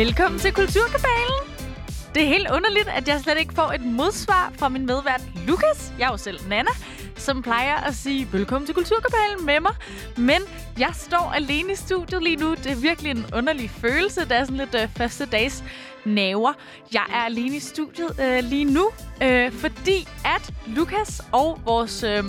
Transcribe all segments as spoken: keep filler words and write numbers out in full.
Velkommen til Kulturkabalen. Det er helt underligt, at jeg slet ikke får et modsvar fra min medvært Lukas. Jeg er jo selv Nana, som plejer at sige velkommen til Kulturkabalen med mig. Men jeg står alene i studiet lige nu. Det er virkelig en underlig følelse. Det er sådan lidt øh, første dags naver. Jeg er alene i studiet øh, lige nu, øh, fordi at Lukas og vores... Øh,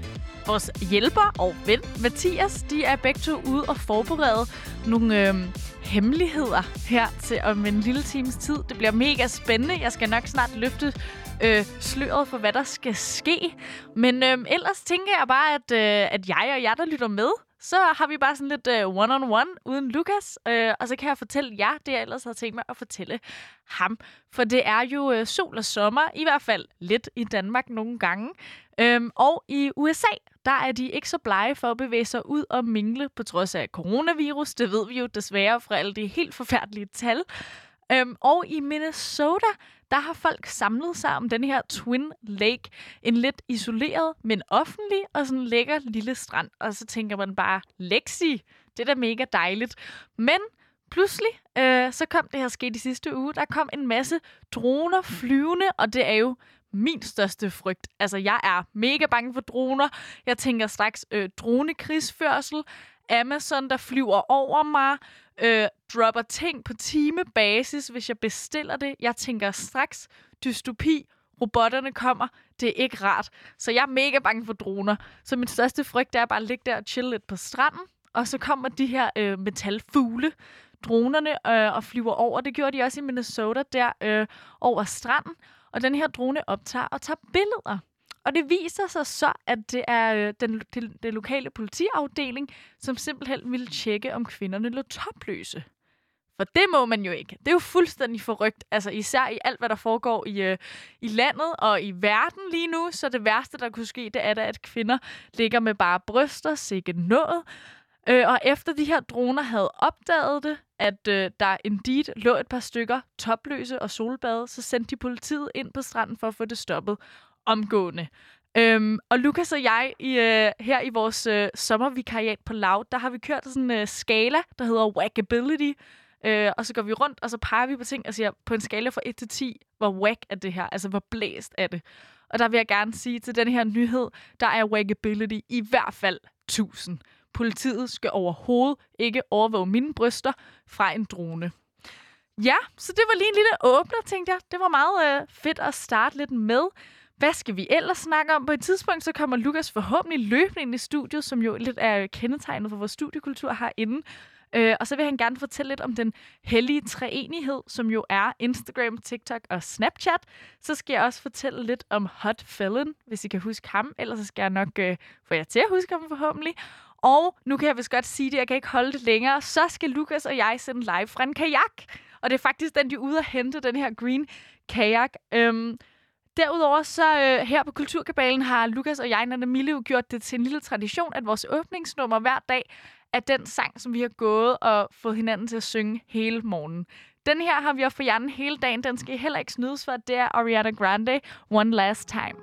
Vores hjælper og ven, Mathias, de er begge to ude og forberede nogle øhm, hemmeligheder her til om en lille times tid. Det bliver mega spændende. Jeg skal nok snart løfte øh, sløret for, hvad der skal ske. Men øhm, ellers tænker jeg bare, at, øh, at jeg og jer, der lytter med, så har vi bare sådan lidt øh, one-on-one uden Lukas. Øh, og så kan jeg fortælle jer det, jeg ellers havde tænkt mig at fortælle ham. For det er jo øh, sol og sommer, i hvert fald lidt i Danmark nogle gange. Øhm, og i U S A, der er de ikke så blege for at bevæge sig ud og mingle på trods af coronavirus. Det ved vi jo desværre fra alle de helt forfærdelige tal. Øhm, og i Minnesota, der har folk samlet sig om den her Twin Lake. En lidt isoleret, men offentlig og sådan en lækker lille strand. Og så tænker man bare, Lexi, det er da mega dejligt. Men pludselig, øh, så kom det her sket i sidste uge. Der kom en masse droner flyvende, og det er jo min største frygt. Altså, jeg er mega bange for droner. Jeg tænker straks øh, dronekrigsførsel. Amazon, der flyver over mig. Øh, dropper ting på timebasis, hvis jeg bestiller det. Jeg tænker straks dystopi. Robotterne kommer. Det er ikke rart. Så jeg er mega bange for droner. Så min største frygt er bare at ligge der og chille lidt på stranden. Og så kommer de her øh, metalfugle, dronerne, øh, og flyver over. Det gjorde de også i Minnesota, der øh, over stranden. Og den her drone optager og tager billeder. Og det viser sig så, at det er øh, den, den, den lokale politiafdeling, som simpelthen ville tjekke, om kvinderne lå topløse. For det må man jo ikke. Det er jo fuldstændig forrygt. Altså især i alt, hvad der foregår i, øh, i landet og i verden lige nu. Så det værste, der kunne ske, det er da, at kvinder ligger med bare bryster, sikke noget. Øh, og efter de her droner havde opdaget det, at øh, der indeed lå et par stykker topløse og solbade, så sendte de politiet ind på stranden for at få det stoppet omgående. Øhm, og Lukas og jeg, i, øh, her i vores øh, sommervikariat på Loud, der har vi kørt sådan en øh, skala, der hedder Wackability. Øh, og så går vi rundt, og så peger vi på ting og siger, på en skala fra et til ti, hvor wack er det her? Altså, hvor blæst er det? Og der vil jeg gerne sige til den her nyhed, der er Wackability i hvert fald tusind. Politiet skal overhovedet ikke overvåge mine bryster fra en drone. Ja, så det var lige en lille åbner, tænkte jeg. Det var meget øh, fedt at starte lidt med. Hvad skal vi ellers snakke om? På et tidspunkt så kommer Lukas forhåbentlig løbende ind i studiet, som jo lidt er kendetegnet for vores studiekultur herinde. Øh, og så vil han gerne fortælle lidt om den hellige treenighed, som jo er Instagram, TikTok og Snapchat. Så skal jeg også fortælle lidt om Hot Felon, hvis I kan huske ham. Ellers så skal jeg nok øh, få jer til at huske ham forhåbentlig. Og nu kan jeg vist godt sige det, jeg kan ikke holde det længere. Så skal Lukas og jeg sende live fra en kajak. Og det er faktisk den, de er ude at hente, den her green kajak. Øhm, derudover så øh, her på Kulturkabalen har Lukas og jeg, Nana Mille, gjort det til en lille tradition, at vores åbningsnummer hver dag er den sang, som vi har gået og fået hinanden til at synge hele morgenen. Den her har vi også for hjernen hele dagen. Den skal I heller ikke snydes for. Det er Ariana Grande, One Last Time.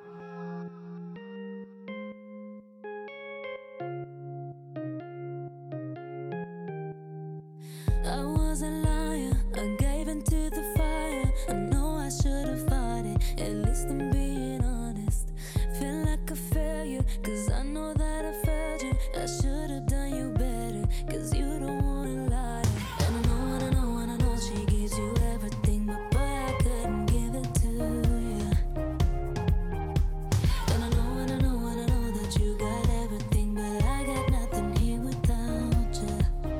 I was a liar, I gave into the fire. I know I should have fought it, at least I'm being honest. Feel like a failure, cause I know that I failed you. I should have done you better, cause you don't wanna lie. And I know, and I know, and I know she gives you everything, but boy, I couldn't give it to you. And I know, and I know, and I know that you got everything, but I got nothing here without you.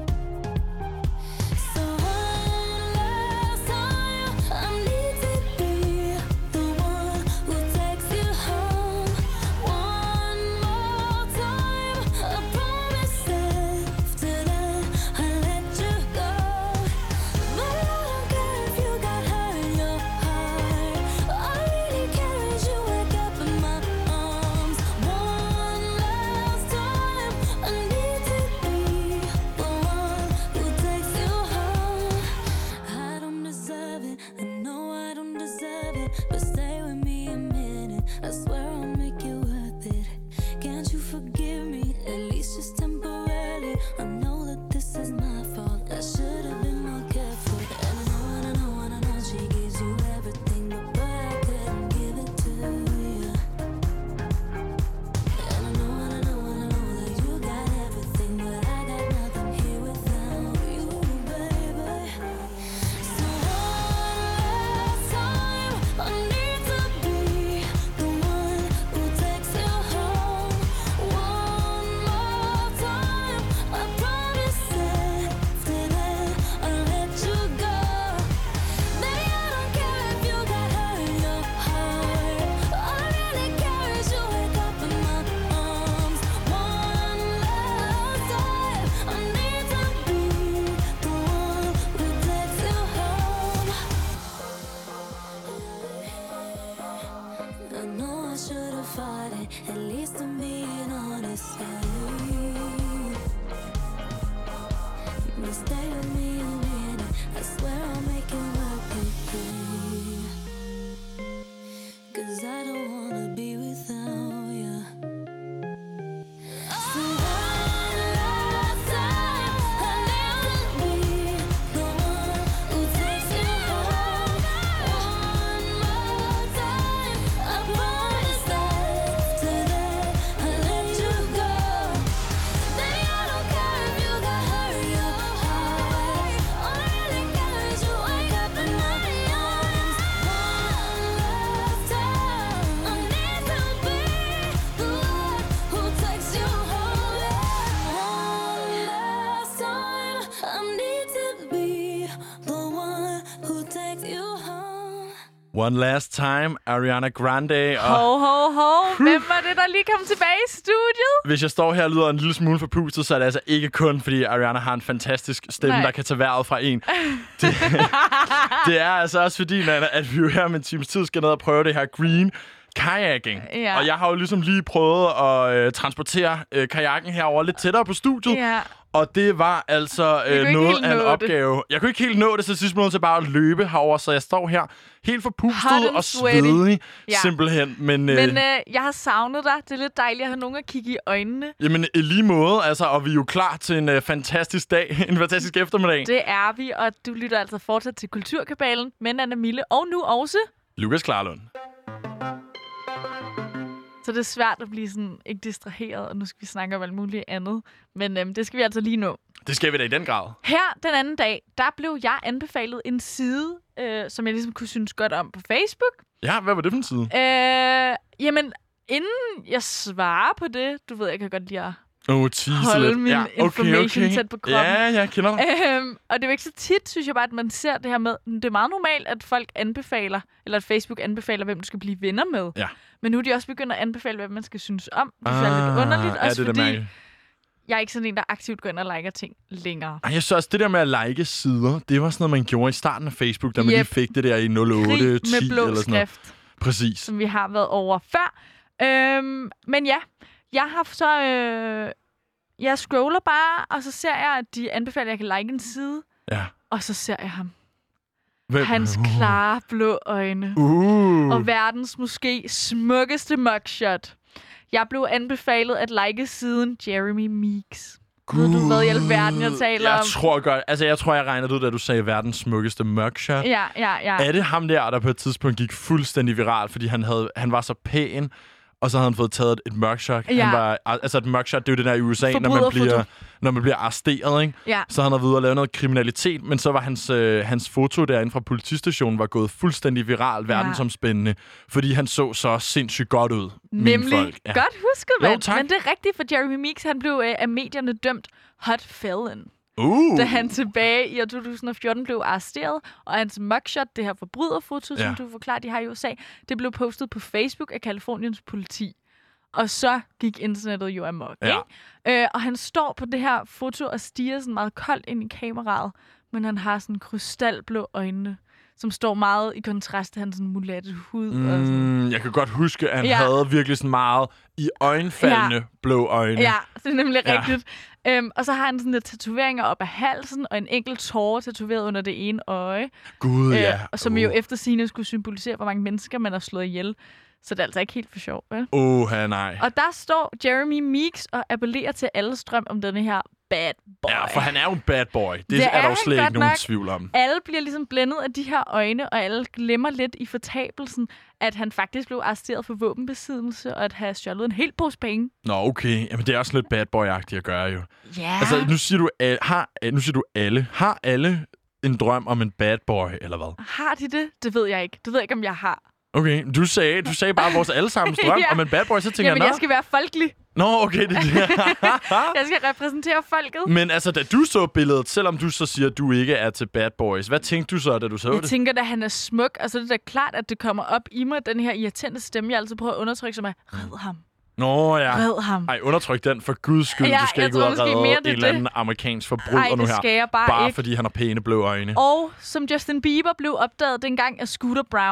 So one last time, I need to be the one who takes you home. One more time, I promise after that I'll let you go. But I don't care if you got hurt in your heart. All I really care is you wake up in my arms. One last time, I need to be the one who takes you home. I don't deserve it, I know I don't deserve it, but stay with me a minute, I swear I'll make it worth it. Can't you forgive me, at least just temporarily? I know that this is my fault, I should have been more careful. And I know, know I should have fought it. At least I'm being honest. Hey. You stay with me a minute. I swear I'll make it work with you. 'Cause I don't wanna be without you. So one last time, I need to be the one who takes you home. One more time, I promise that today I'll let you go. Baby, I don't care if you got hurt your heart. All I really care is you wake up in my arms. One last time, I need to be the one who takes you home. One last time, I need to be the one who takes you home. One Last Time, Ariana Grande. Og Ho, ho, ho. Hvem var det, der lige kom tilbage i studiet? hvis jeg står her og lyder en lille smule forpustet, så er det altså ikke kun, fordi Ariana har en fantastisk stemme, Nej. der kan tage vejret fra en. Det, det er altså også fordi, Nana, at vi jo her med en times tid skal ned og prøve det her green kajaking. Ja. Og jeg har jo ligesom lige prøvet at øh, transportere øh, kajakken herover lidt tættere på studiet. Ja. Og det var altså øh, ikke noget helt af en nå det. opgave. Jeg kunne ikke helt nå det, så sidst måned til bare at løbe herover, så jeg står her helt Hot forpustet and og sweaty. svedig, Ja. simpelthen. Men, øh, Men øh, jeg har savnet dig. Det er lidt dejligt at have nogen at kigge i øjnene. jamen, i lige måde, altså, og vi er jo klar til en øh, fantastisk dag, en fantastisk eftermiddag. Det er vi, og du lytter altså fortsat til Kulturkabalen med Anna Mille, og nu også. Lukas Klarlund. Så det er svært at blive sådan ikke distraheret, og nu skal vi snakke om alt muligt andet. Men øhm, det skal vi altså lige nå. Det skal vi da i den grad. Her den anden dag, der blev jeg anbefalet en side, øh, som jeg ligesom kunne synes godt om på Facebook. Ja, hvad var det for en side? Øh, jamen, inden jeg svarer på det, du ved, jeg kan godt lide at Åh, oh, tease holde lidt. min ja, information tæt på kroppen. Ja, jeg kender dig. Øhm, og det er jo ikke så tit, synes jeg bare, at man ser det her med, det er meget normalt, at folk anbefaler, eller at Facebook anbefaler, hvem du skal blive venner med. Ja. Men nu er de også begyndt at anbefale, hvad man skal synes om. Det synes jeg er lidt underligt, ja, også det er da fordi mærkeligt. jeg er ikke sådan en, der aktivt går ind og liker ting længere. Ej, jeg synes også, det der med at like sider, det var sådan noget, man gjorde i starten af Facebook, da man Yep. lige fik det der i nul otte Krig ti med blå eller sådan noget. skrift, Præcis. som vi har været over før. Øhm, men ja, jeg har så... Øh, jeg scroller bare, og så ser jeg, at de anbefaler, at jeg kan like en side. Ja. Og så ser jeg ham. Hvem? Hans klare blå øjne. Uh. Og verdens måske smukkeste mugshot. Jeg blev anbefalet at like siden Jeremy Meeks. Ved du, hvad i alverden jeg taler jeg om? Tror godt, altså, jeg tror, jeg regnede ud, da du sagde verdens smukkeste mugshot. Ja, ja, ja. Er det ham der, der på et tidspunkt gik fuldstændig viral, fordi han, havde, han var så pæn, og så havde han fået taget et mugshot. Ja. Han var, altså et mugshot, det er jo det der i U S A, når man, Forbryderfoto. bliver, når man bliver arresteret, ikke? Ja. Så han havde været ude og lave noget kriminalitet, men så var hans, øh, hans foto derinde fra politistationen var gået fuldstændig viral, verdensomspændende, fordi han så så sindssygt godt ud. mine Nemlig. folk. Ja. Godt husket, Jo, mand. tak. Men det er rigtigt, for Jeremy Meeks, han blev øh, af medierne dømt hot felon. Uh. Da han tilbage i år to tusind og fjorten blev arresteret, og hans mugshot, det her forbryderfoto, Ja. som du forklarer, de har i U S A, det blev postet på Facebook af Kaliforniens politi. Og så gik internettet jo amok, Ja. ikke? Øh, og han står på det her foto og stiger sådan meget koldt ind i kameraet, men han har sådan krystalblå øjne, som står meget i kontrast til hans sådan mulatte hud. Mm, og sådan. jeg kan godt huske, at han Ja. havde virkelig sådan meget i øjenfaldende Ja. blå øjne. Ja, det er nemlig Ja. rigtigt. Øhm, og så har han sådan lidt tatoveringer op ad halsen, og en enkelt tåre tatoveret under det ene øje. Gud, ja. Øh, og som uh. jo efter sigende skulle symbolisere, hvor mange mennesker man har slået ihjel. Så det er altså ikke helt for sjov, vel? Åh, uh, nej. Og der står Jeremy Meeks og appellerer til alles drøm om denne her bad boy. Ja, for han er jo en bad boy. Det, Det det er er der jo han slet godt ikke nogen nok. tvivl om. Alle bliver ligesom blændet af de her øjne, og alle glemmer lidt i fortabelsen, at han faktisk blev arresteret for våbenbesiddelse, og at have stjålet en hel pose penge. Nå, okay. Jamen, det er også lidt bad boy-agtigt at gøre, jo. Ja. Altså, nu siger du, al- har, nu siger du alle. Har alle en drøm om en bad boy, eller hvad? Har de det? Det ved jeg ikke. Det ved jeg ikke, om jeg har. Okay, du sagde, du sagde bare vores allesammens drøm Ja. om en bad boy, så tænker Jamen, jeg, jeg nå. skal være folkelig. Nå, okay, det er det. Jeg skal repræsentere folket. Men altså, da du så billedet, selvom du så siger, at du ikke er til bad boys, hvad tænkte du så, da du så Jeg det? tænker, at han er smuk, og så er det da klart, at det kommer op i mig, den her irriterende stemme, jeg altid prøver at undertrykke, som er, red ham, Nå, ja. red ham. Ej, undertryk den for guds skyld. Ja, du skal jeg ikke ud tror og måske redde mere, en det er eller anden det. amerikansk forbryder Ej, nu det her. skal jeg bare, Bare ikke. fordi han har pæne blå øjne. Og som Justin Bieber blev opdaget dengang af Scooter Braun,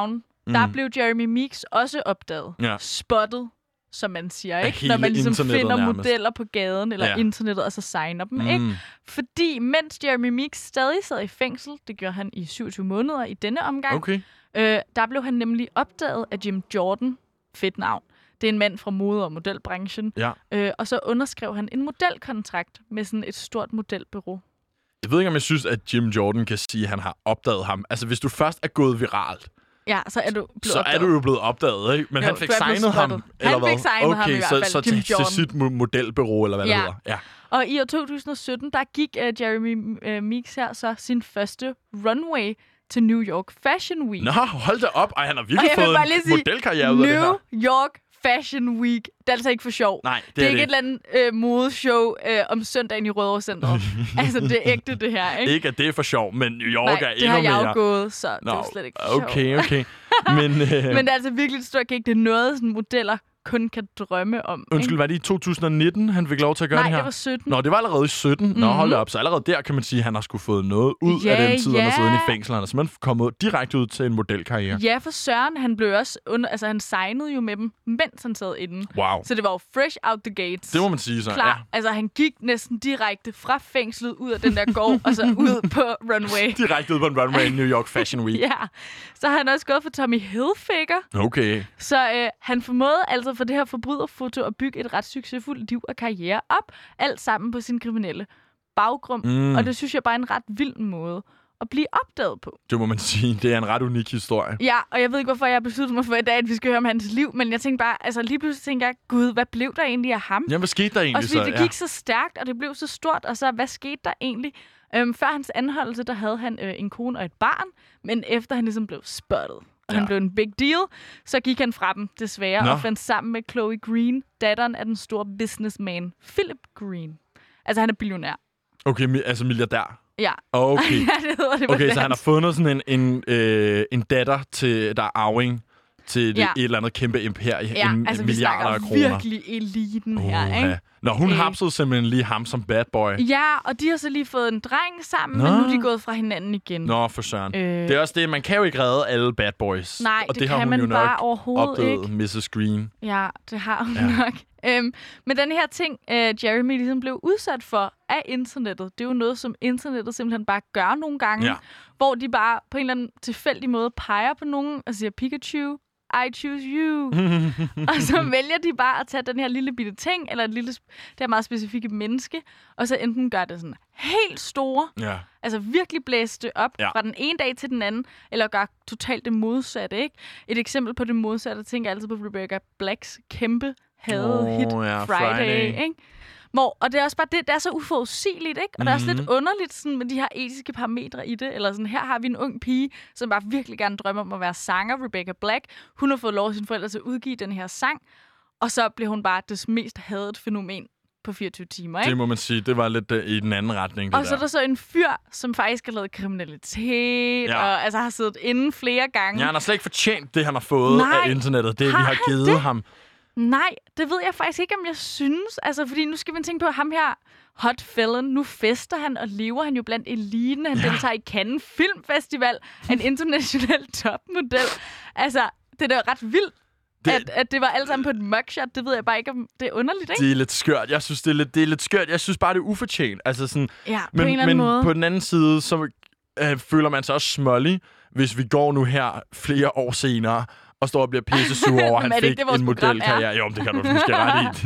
mm. der blev Jeremy Meeks også opdaget. Ja. Spottet, som man siger, Af ikke? hele Når man ligesom internettet finder nærmest. modeller på gaden eller Ja. internettet, og så signer dem, Mm. ikke? Fordi mens Jeremy Meeks stadig sad i fængsel, det gjorde han i syvogtyve måneder i denne omgang, Okay. øh, der blev han nemlig opdaget af Jim Jordan. Fedt navn. Det er en mand fra mode- og modelbranchen. Ja. Øh, og så underskrev han en modelkontrakt med sådan et stort modelbureau. Jeg ved ikke, om jeg synes, at Jim Jordan kan sige, at han har opdaget ham. Altså, hvis du først er gået viralt, Ja, så er du blevet så opdaget. er du jo blevet opdaget, ikke? Men Jo, han fik du er blevet signet ham, spottet. eller Han hvad? fik signet okay, ham i hvert så, fald, så Jim til, til Jordan. sit mo- modelbureau, eller hvad Ja. det hedder. Ja. Og i år to tusind og sytten, der gik uh, Jeremy uh, Meeks her så sin første runway til New York Fashion Week. Nå, hold da op. Ej, han har Og virkelig jeg vil fået bare lige en sige, modelkarriere ud af det her. New York Fashion Week. Det er altså ikke for sjov. Nej, det, Det er er ikke det et eller andet øh, modeshow øh, om søndagen i Rødovre Centeret. Altså, det er ægte, det her, ikke? Ikke, at det er for sjov, men New York Nej, er det endnu har jeg mere. jo gået, så det Nå, er slet ikke for sjov. okay, okay. Men, øh, Men det er altså virkelig et stort gig. Det er noget, sådan modeller kun kan drømme om. undskyld, ikke? var det i to tusind og nitten, han fik lov til at gøre Nej, det her? det var sytten. Nå, det var allerede i sytten. Mm-hmm. Nå, hold da op. Så allerede der kan man sige, at han har skulle fået noget ud Ja, af den tid, han har ja. siddet i fængsel. Han er simpelthen kommet direkte ud til en modelkarriere. Ja, for Søren, han blev også under, altså han signede jo med dem, mens han sad inde. Wow. Så det var jo fresh out the gates. Det må man sige så. Klar. Ja. Altså, han gik næsten direkte fra fængslet ud af den der gård, og så ud på runway. Direkte ud på en runway i New York Fashion Week. Ja. Så har han også gået for Tommy Hilfiger. Okay. Så øh, han formåede altså for det her forbryderfoto at bygge et ret succesfuldt liv og karriere op. Alt sammen på sin kriminelle baggrund. Mm. Og det synes jeg bare er en ret vild måde at blive opdaget på. Det må man sige. Det er en ret unik historie. Ja, og jeg ved ikke, hvorfor jeg har besluttet mig for i dag, at vi skal høre om hans liv. Men jeg tænkte bare, altså lige pludselig tænkte jeg, gud, hvad blev der egentlig af ham? Jamen, hvad skete der egentlig Også så? fordi det gik så stærkt, og det blev så stort, og så, hvad skete der egentlig? Øhm, før hans anholdelse, der havde han øh, en kone og et barn, men efter han ligesom blev spottet, og ja. han blev en big deal, så gik han fra dem, desværre, Nå. og fandt sammen med Chloe Green, datteren af den store businessman Philip Green. Altså, han er billionær. Okay, mi- altså milliardær. Ja. Okay. ja, det hedder det på Okay, så han har dansk. fundet sådan en, en, øh, en datter, til, der er arving til det, Ja. et eller andet kæmpe imperie. Ja, en, altså en vi milliarder af snakker kroner. virkelig eliten Uh, her, ikke? Nå, hun Øh. hapsede simpelthen lige ham som bad boy. Ja, og de har så lige fået en dreng sammen, Nå. men nu er de gået fra hinanden igen. Nå, for søren. Øh. Det er også det, man kan jo ikke redde alle bad boys. Nej, og det, det har kan hun man jo nok bare overhovedet opdaget, ikke. missus Green. Ja, det har hun Ja. ja. nok. Øhm, men den her ting, øh, Jeremy ligesom blev udsat for af internettet, det er jo noget, som internettet simpelthen bare gør nogle gange, Ja. hvor de bare på en eller anden tilfældig måde peger på nogen og siger, Pikachu, I choose you. Og så vælger de bare at tage den her lille bitte ting, eller et lille, det her meget specifikke menneske, og så enten gør det sådan helt store, Ja. altså virkelig blæse det op Ja. fra den ene dag til den anden, eller gør totalt det modsatte, ikke? Et eksempel på det modsatte, tænker jeg altid på Rebecca Blacks kæmpe hadede Åh, hit ja, Friday, Friday. ikke? Hvor, og det er også bare det, det er så uforudsigeligt, ikke? Og mm-hmm. det er også Mhm. lidt underligt sådan, med de her etiske parametre i det. Eller sådan, her har vi en ung pige, som bare virkelig gerne drømmer om at være sanger, Rebecca Black. Hun har fået lov af sine forældre til at udgive den her sang, og så bliver hun bare det mest hadet fænomen på fireogtyve timer, ikke? Det må man sige. Det var lidt uh, i den anden retning, det Og så der. er der så en fyr, som faktisk har lavet kriminalitet, Ja. og altså har siddet inde flere gange. Ja, han har slet ikke fortjent det, han har fået Nej. af internettet. Det, Har vi har han givet det? ham. Nej, det ved jeg faktisk ikke, om jeg synes. Altså, fordi nu skal man tænke på, at ham her, Hot Felon, nu fester han og lever han jo blandt eliten. Han ja. deltager i Cannes Filmfestival, en international topmodel. Altså, det er da ret vildt, Det- at, at det var alt sammen på et mugshot. Det ved jeg bare ikke, om det er underligt, ikke? Det er lidt skørt. Jeg synes, det er lidt, det er lidt skørt. Jeg synes bare, det er ufortjent. Altså sådan, Ja, på men, en eller anden men måde. på den anden side, så øh, føler man sig også smålig, hvis vi går nu her flere år senere og står og bliver pisse sur over, at Men han er det fik ikke det, vores en program modelkarriere. Jo, men det kan du måske ret i.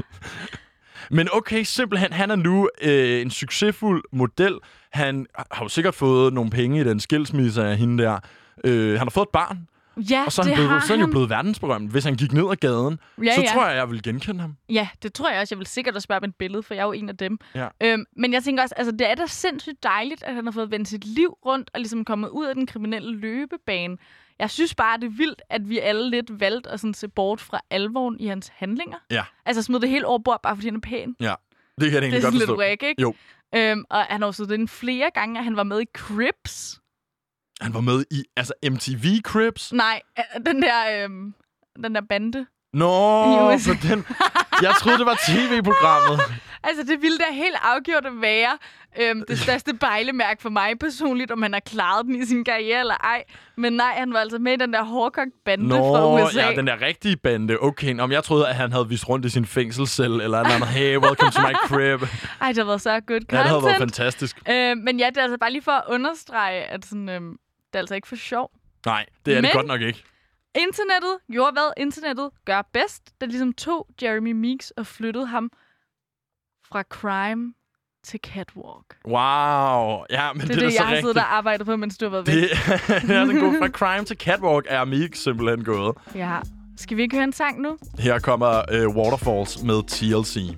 Men okay, simpelthen, han er nu øh, en succesfuld model. Han har jo sikkert fået nogle penge i den skilsmisse af hende der. Øh, han har fået et barn, Ja, og så er det han, blevet, har så er han jo han. blevet verdensberømt. Hvis han gik ned ad gaden, Ja, så ja. tror jeg, jeg vil genkende ham. Ja, det tror jeg også. Jeg vil sikkert også spørge med et billede, for jeg er jo en af dem. Ja. Øhm, men jeg tænker også, altså det er da sindssygt dejligt, at han har fået vendt sit liv rundt og ligesom kommet ud af den kriminelle løbebane. Jeg synes bare, det er vildt, at vi alle lidt valgte at sådan se bort fra alvoren i hans handlinger. Ja. Altså smide det helt over bord, bare fordi han er pæn. Ja, det kan jeg Det egentlig er godt sådan lidt forstå. whack, ikke? Jo. Øhm, og han har jo siddet inde flere gange, at han var med i Crips. Han var med i altså M T V Cribs. Nej, øh, den der, øhm, den der bande. Nå, I U S A. for den... Jeg troede, det var tv-programmet. Altså, det ville da helt afgjort at være øhm, det største bejlemærke for mig personligt, om han har klaret den i sin karriere eller ej. Men nej, han var altså med i den der hårdkogt-bande fra U S A. ja, den der rigtige bande. Okay, nå, men jeg troede, at han havde vist rundt i sin fængselscelle, eller et andet. Hey, welcome to my crib. Ej, det har været så good content. Ja, det havde været fantastisk. Øh, men ja, det er altså bare lige for at understrege, at sådan, øhm, det er altså ikke for sjov. Nej, det er Men... det godt nok ikke. Internettet gjorde, hvad internettet gør bedst, der ligesom tog Jeremy Meeks og flyttede ham fra crime til catwalk. Wow. Ja, men Det det, er det, er da så jeg har siddet rigtigt. og arbejdet på, mens du har været væk. Det er den gode. Fra crime til catwalk er Meek simpelthen gået. Ja. Skal vi ikke høre en sang nu? Her kommer uh, Waterfalls med T L C.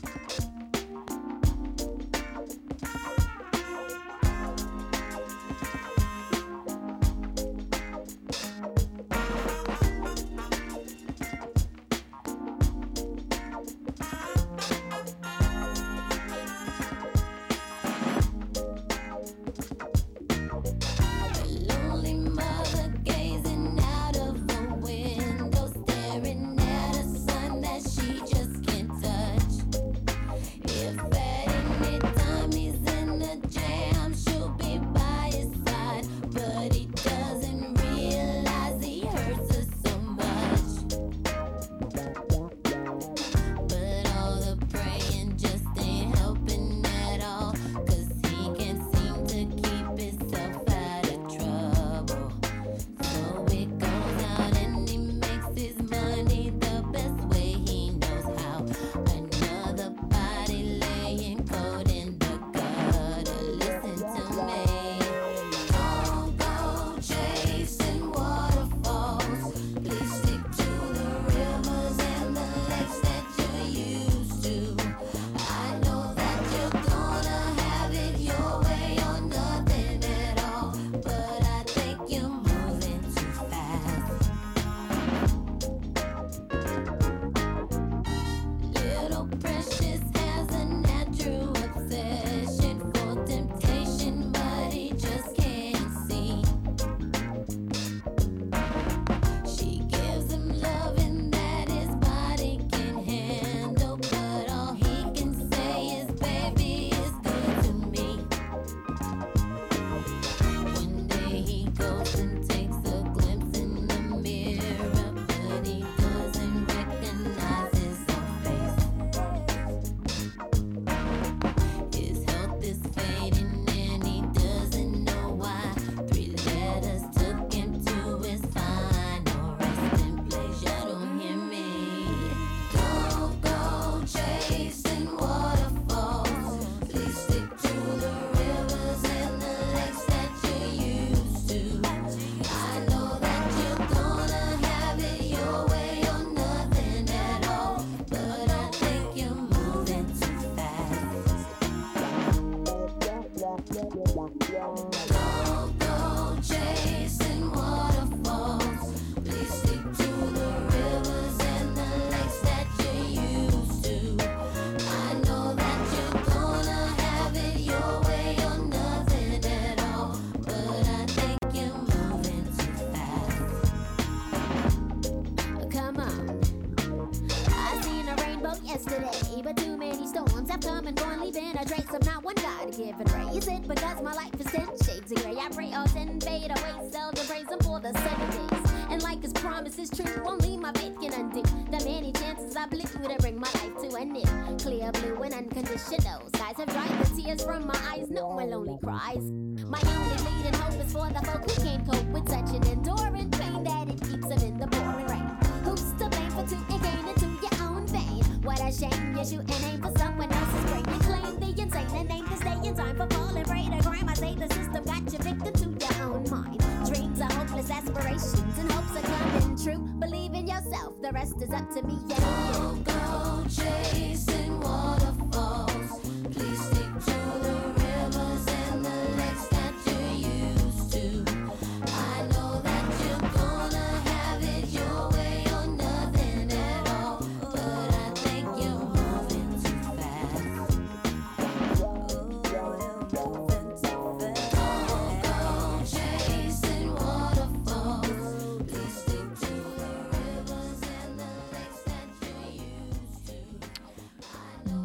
Lonely mother gazing out of the window, staring at a sun that she just can't touch. If at any time he's in a jam, she'll be by his side, but he doesn't realize he hurts her so much. But all the praying just ain't helping at all, 'cause he can't seem to keep himself out of trouble. So he goes out and he makes his money the best way he knows how. Another body laying cold in the gutter. Listen to me. Don't go chasing waterfalls. Please stick to the rivers and the lakes that you're used to. I know that you're gonna have it your way or nothing at all, but I think you're moving too fast. Little Precious has a natural obsession for temptation, but he just can't see. She gives him loving that his body can handle, but all he can say is, baby, it's good to me. One day he goes and takes a glimpse in the mirror, but he doesn't recognize his own face. His health is fading and he doesn't know why. Three letters took him to his final resting place. You don't hear me. Don't go chasing waterfalls. Please stick to the rivers and the lakes that you're used to. I know that you're gonna have it your way or nothing at all, but I think you're moving too fast. Don't go chasing waterfalls. Please stick to the rivers and the lakes that you're used to. I know that you're gonna have it your way or nothing at all, but I think you're moving too fast. Come on. I seen a rainbow yesterday, but too many storms have come and gone, leaving a trace of not one God given ray. Is it because my life is ten shades of gray? I pray all ten fade away, seldom praise him for the seven days. And like his promise is true, only my faith can undo the many chances I blew to bring my life to an end. Clear blue and unconditional skies have dried the tears from my eyes. No one lonely cries. My only leading hope is for the folk who can't cope with such an enduring pain that it keeps them in the pouring rain. Who's to blame for two and gain into your own vein? What a shame you shoot an aim for someone else's brain. You claim the insane and aim to stay in time for falling prey to crime. I say the system got you victim to your own mind. Dreams are hopeless aspirations and hopes are coming true. Believe in yourself, the rest is up to me. Yeah, don't go chasing waterfalls. Please stick to the rivers and the lakes that you're used to. I know that you're gonna have it your way or nothing at all, but I think you're moving too fast. Don't go chasing waterfalls. Please stick to the rivers and the lakes that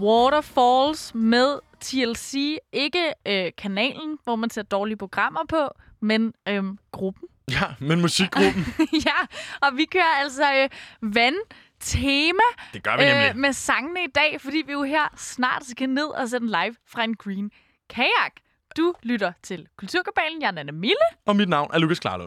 Waterfalls med T L C. Ikke øh, kanalen, hvor man ser dårlige programmer på, men øh, gruppen. Ja, men musikgruppen. Ja, og vi kører altså øh, vandtema Det gør vi nemlig. øh, med sangene i dag, fordi vi jo her snart skal ned og sende live fra en green kajak. Du lytter til Kulturkabalen. Jeg er Nanna Mille. Og mit navn er Lukas Klarlund.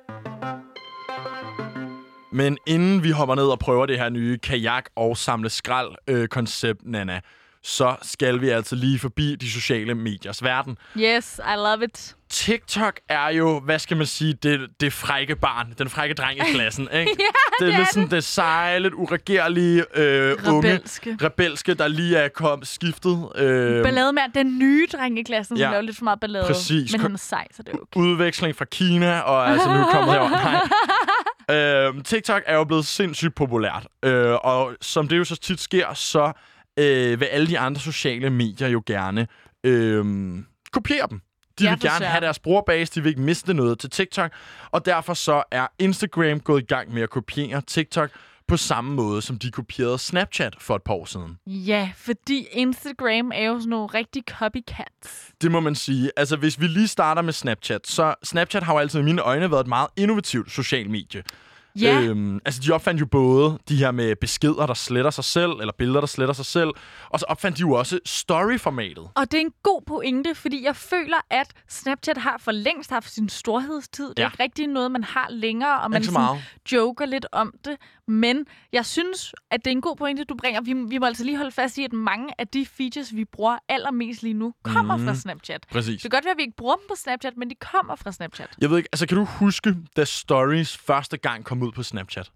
Men inden vi hopper ned og prøver det her nye kajak- og samle skrald-koncept, Nana, så skal vi altså lige forbi de sociale mediers verden. Yes, I love it. TikTok er jo, hvad skal man sige, det, det frække barn, den frække dreng i klassen, ikke? Ja, det er det er lidt sådan det seje, lidt uregerlige øh, unge, Rebelske. rebelske, der lige er kom, skiftet. Øh, Ballade med den nye dreng i klassen, som Ja, laver lidt for meget ballade. præcis. Men han er sej, så det er okay. Udveksling fra Kina, og er altså nu kommet herover. Nej. Øh, TikTok er jo blevet sindssygt populært, øh, og som det jo så tit sker, så øh, vil alle de andre sociale medier jo gerne øh, kopiere dem. De Ja, vil for gerne søren. have deres brugerbase, de vil ikke miste noget til TikTok, og derfor så er Instagram gået i gang med at kopiere TikTok på samme måde, som de kopierede Snapchat for et par år siden. Ja, fordi Instagram er jo sådan nogle rigtig copycats. Det må man sige. Altså, hvis vi lige starter med Snapchat, så Snapchat har jo altid i mine øjne været et meget innovativt social medie. Ja. Øhm, altså, de opfandt jo både de her med beskeder, der sletter sig selv, eller billeder, der sletter sig selv, og så opfandt de jo også story-formatet. Og det er en god pointe, fordi jeg føler, at Snapchat har for længst haft sin storhedstid. Det er Ja. ikke rigtig noget, man har længere, og man Ikke så sådan meget. joker lidt om det. Men jeg synes, at det er en god pointe, du bringer. Vi, vi må altså lige holde fast i, at mange af de features, vi bruger allermest lige nu, kommer Mhm. fra Snapchat. Præcis. Det kan godt være, at vi ikke bruger dem på Snapchat, men de kommer fra Snapchat. Jeg ved ikke, altså kan du huske, da stories første gang kom ud på Snapchat?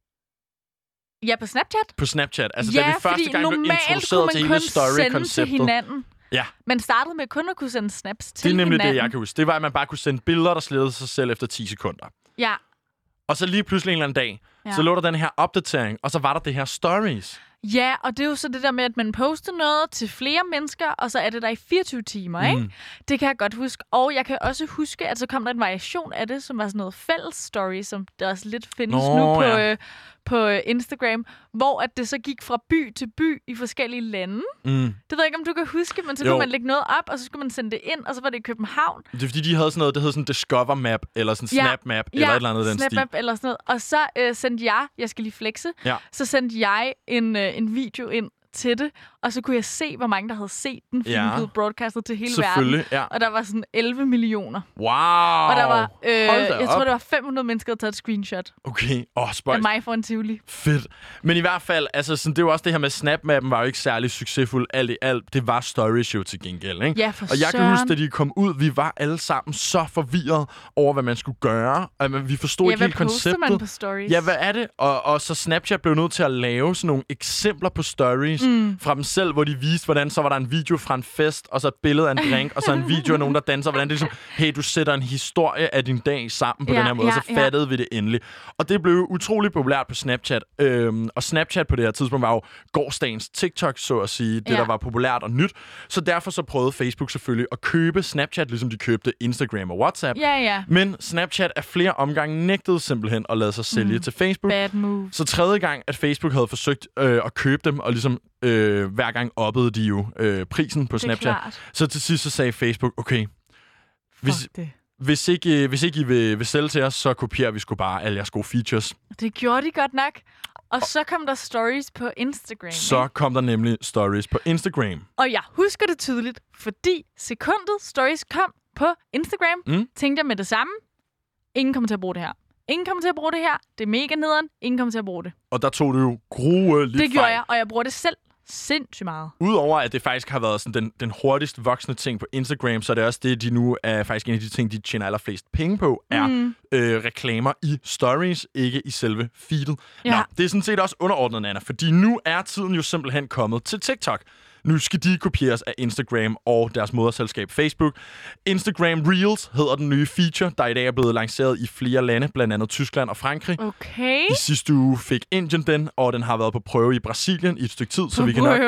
Ja, på Snapchat? På Snapchat. Altså, ja, da vi første fordi gang blev normalt introduceret kunne til man hele kun sende til story-konceptet. hinanden. Ja, Man startede med kun at kunne sende snaps til det er nemlig hinanden. det, jeg kan huske. Det var, at man bare kunne sende billeder, der slettede sig selv efter ti sekunder. Ja, Og så lige pludselig en eller anden dag, Ja. så lå der den her opdatering, og så var der det her stories. Ja, og det er jo så det der med, at man poster noget til flere mennesker, og så er det der i fireogtyve timer, Mm. ikke? Det kan jeg godt huske. Og jeg kan også huske, at så kom der en variation af det, som var sådan noget fælles story, som der også lidt findes Nå, nu på, ja. øh, på øh, Instagram, hvor at det så gik fra by til by i forskellige lande. Mm. Det ved jeg ikke, om du kan huske, men så Jo. kunne man lægge noget op, og så skulle man sende det ind, og så var det i København. Det er fordi, de havde sådan noget, der hed sådan Discover Map, eller sådan Ja. Snap Map, eller et eller andet i den stil. Snapmap eller sådan noget. Og så øh, sendte jeg, jeg skal lige flexe, Ja. så sendte jeg en, øh, en video ind til det, og så kunne jeg se, hvor mange der havde set den, fordi Ja. den blev broadcastet til hele Selvfølgelig, verden. ja. Og der var sådan elleve millioner. Wow! Og der var, øh, Hold da jeg op. tror, der var fem hundrede mennesker, der havde taget et screenshot Okay, åh, oh, af spøjs. mig for en Tivoli. Fedt. Men i hvert fald, altså, sådan, det var også det her med SnapMap'en var jo ikke særlig succesfuld. Alt i alt, det var Stories jo til gengæld, ikke? Ja, for Og jeg kan søren. huske, da de kom ud, vi var alle sammen så forvirret over, hvad man skulle gøre. Og men vi forstod Ja, ikke hvad helt poster konceptet. man på stories? Ja, hvad er det? Og, og så Snapchat blev nødt til at lave sådan nogle eksempler på stories mm. fra dem selv, hvor de viste, hvordan så var der en video fra en fest, og så et billede af en drink, og så en video af nogen, der danser. Hvordan det er ligesom, hey, du sætter en historie af din dag sammen på Ja, den her måde, ja, så ja. fattede vi det endelig. Og det blev utrolig populært på Snapchat. Øhm, og Snapchat på det her tidspunkt var jo gårsdagens TikTok, så at sige. Det, Ja. der var populært og nyt. Så derfor så prøvede Facebook selvfølgelig at købe Snapchat, ligesom de købte Instagram og WhatsApp. Ja, ja. Men Snapchat er flere omgange nægtede simpelthen at lade sig sælge mm. til Facebook. Bad move. Så tredje gang, at Facebook havde forsøgt øh, at købe dem, og ligesom øh, hver gang oppede de jo øh, prisen på Det er Snapchat. klart. Så til sidst så sagde Facebook, okay, hvis, Fuck det. hvis, ikke, hvis ikke I vil, vil sælge til os, så kopierer vi sgu bare alle jeres gode features. Det gjorde de godt nok. Og så kom der stories på Instagram. Så kom der nemlig stories på Instagram. Og jeg husker det tydeligt, fordi sekundet stories kom på Instagram, Mm. tænkte jeg med det samme, ingen kommer til at bruge det her. Ingen kommer til at bruge det her. Det er mega nederen. Ingen kommer til at bruge det. Og der tog du jo grueligt Det gjorde fejl. jeg, og jeg bruger det selv sindssygt meget. Udover at det faktisk har været sådan den, den hurtigst voksende ting på Instagram, så er det også det, de nu er faktisk en af de ting, de tjener allerflest penge på, er Mm. øh, reklamer i stories, ikke i selve feedet. Ja. Nå, det er sådan set også underordnet, Nana, fordi nu er tiden jo simpelthen kommet til TikTok. Nu skal de kopieres af Instagram og deres moderselskab Facebook. Instagram Reels hedder den nye feature, der i dag er blevet lanceret i flere lande, blandt andet Tyskland og Frankrig. Okay. I sidste uge fik Indien den, og den har været på prøve i Brasilien i et stykke tid, så vi kan nok Prøve.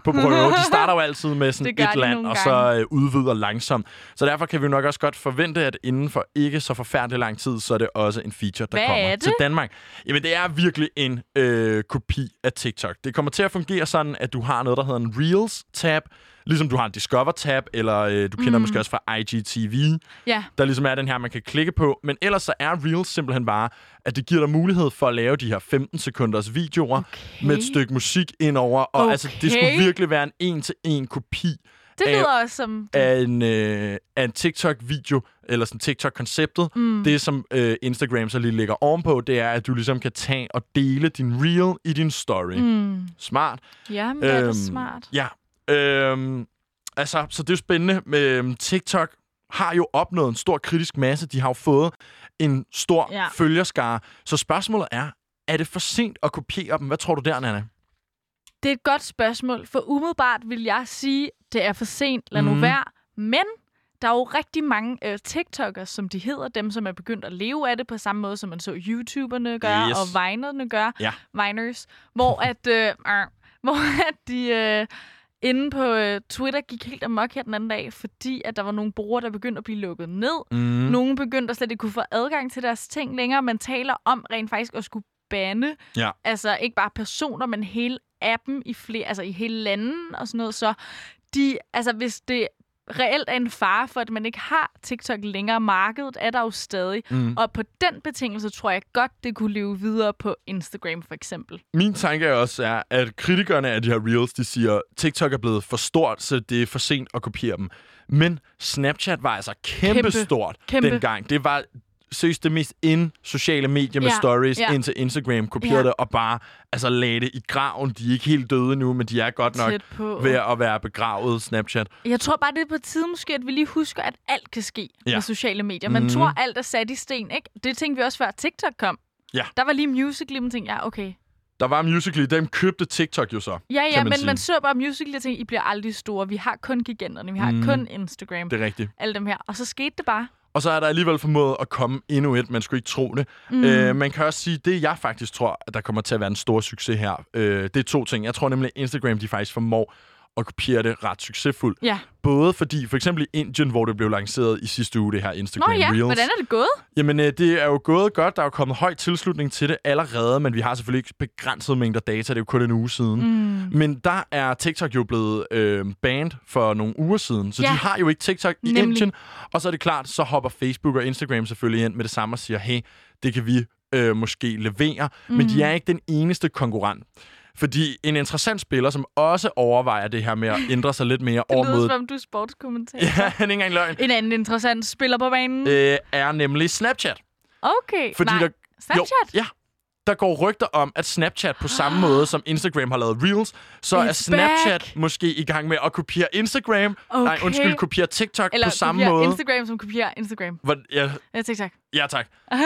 på prøve. De starter jo altid med sådan Det gør et de land, nogle og gange. så øh, udvider langsomt. Så derfor kan vi nok også godt forvente, at inden for ikke så forfærdelig lang tid, så er det også en feature, der Hvad kommer er det? til Danmark. Jamen, det er virkelig en øh, kopi af TikTok. Det kommer til at fungere sådan, at du har noget, der hedder en Reels-tab, ligesom du har en Discover-tab, eller øh, du kender Mm. måske også fra I G T V, Ja. der ligesom er den her, man kan klikke på. Men ellers så er Reels simpelthen bare, at det giver dig mulighed for at lave de her femten sekunders videoer Okay. med et stykke musik indover. Og Okay. altså, det skulle virkelig være en en-til-en kopi Det af- lyder også som... af en, øh, af en TikTok-video, eller sådan TikTok-konceptet. Mm. Det, som øh, Instagram så lige lægger ovenpå, det er, at du ligesom kan tage og dele din reel i din story. Mm. Smart. Jamen, det er Øhm, da smart. Ja. Øhm, altså, så det er jo spændende. Med, øhm, TikTok har jo opnået en stor kritisk masse. De har jo fået en stor Ja. følgerskare. Så spørgsmålet er, er det for sent at kopiere dem? Hvad tror du der, Nana? Det er et godt spørgsmål, for umiddelbart vil jeg sige, det er for sent, lad nu Mhm. være. Men der er jo rigtig mange øh, TikTokers, som de hedder, dem som er begyndt at leve af det på samme måde, som man så YouTuberne gøre, Yes. og Vinerne gør, Ja. Viners, hvor at, øh, øh, hvor at de øh, inde på øh, Twitter gik helt amok her den anden dag, fordi at der var nogle brugere, der begyndte at blive lukket ned. Mm. Nogle begyndte at slet ikke kunne få adgang til deres ting længere. Man taler om rent faktisk at skulle banne, Ja. altså ikke bare personer, men hele appen i flere, altså i hele landet og sådan noget. Så de, altså hvis det reelt er en fare for, at man ikke har TikTok længere, markedet er der jo stadig. Mm. Og på den betingelse tror jeg godt, det kunne leve videre på Instagram for eksempel. Min tanke er også, er, at kritikerne af de her Reels, de siger, at TikTok er blevet for stort, så det er for sent at kopiere dem. Men Snapchat var altså kæmpe, Kæmpe. stort Kæmpe. dengang. Det var seriøst det mest in sociale medier med Ja, stories ja. indtil Instagram kopierede Ja. det og bare altså, lagde det i graven. De er ikke helt døde nu, men de er godt nok Tæt på. ved at være begravet, Snapchat. Jeg tror bare, det er på tide måske, at vi lige husker, at alt kan ske Ja. med sociale medier. Man Mhm. tror, alt er sat i sten, ikke? Det tænkte vi også før TikTok kom. Ja. Der var lige Musical.ly, man tænkte, ja, okay. Der var Musical.ly, dem købte TikTok jo så. Ja, ja, kan man men sige. man så bare Musical.ly og tænkte, I bliver aldrig store. Vi har kun giganterne, vi har Mhm. kun Instagram. Det er rigtigt. Alle dem her. Og så skete det bare. Og så er der alligevel formået at komme endnu et. Man skulle ikke tro det. Mm. Øh, man kan også sige, det jeg faktisk tror, at der kommer til at være en stor succes her, øh, det er to ting. Jeg tror nemlig, at Instagram de faktisk formår at kopiere det ret succesfuldt. Ja. Både fordi, for eksempel i Indien, hvor det blev lanceret i sidste uge, det her Instagram Nå ja, Reels. hvordan er det gået? Jamen, øh, det er jo gået godt. Der er jo kommet høj tilslutning til det allerede, men vi har selvfølgelig ikke begrænset mængder data. Det er jo kun en uge siden. Mm. Men der er TikTok jo blevet øh, banned for nogle uger siden, så Ja. de har jo ikke TikTok i Nemlig. Indien. Og så er det klart, så hopper Facebook og Instagram selvfølgelig ind med det samme og siger, hey, det kan vi øh, måske levere. Mm. Men de er ikke den eneste konkurrent. Fordi en interessant spiller, som også overvejer det her med at ændre sig lidt mere Det over lyder mod... som om, du er sportskommentator. Ja, det er ikke engang løgn. En anden interessant spiller på banen. Øh, er nemlig Snapchat. Okay. Fordi Nej. der, Snapchat? Jo, ja. Der går rygter om, at Snapchat på samme måde, som Instagram har lavet Reels, så er It's Snapchat back. måske i gang med at kopiere Instagram. Okay. Nej, undskyld, kopiere TikTok Eller på samme kopierer måde. Instagram, som kopierer Instagram. Hvor, ja, Ja, TikTok. ja, tak.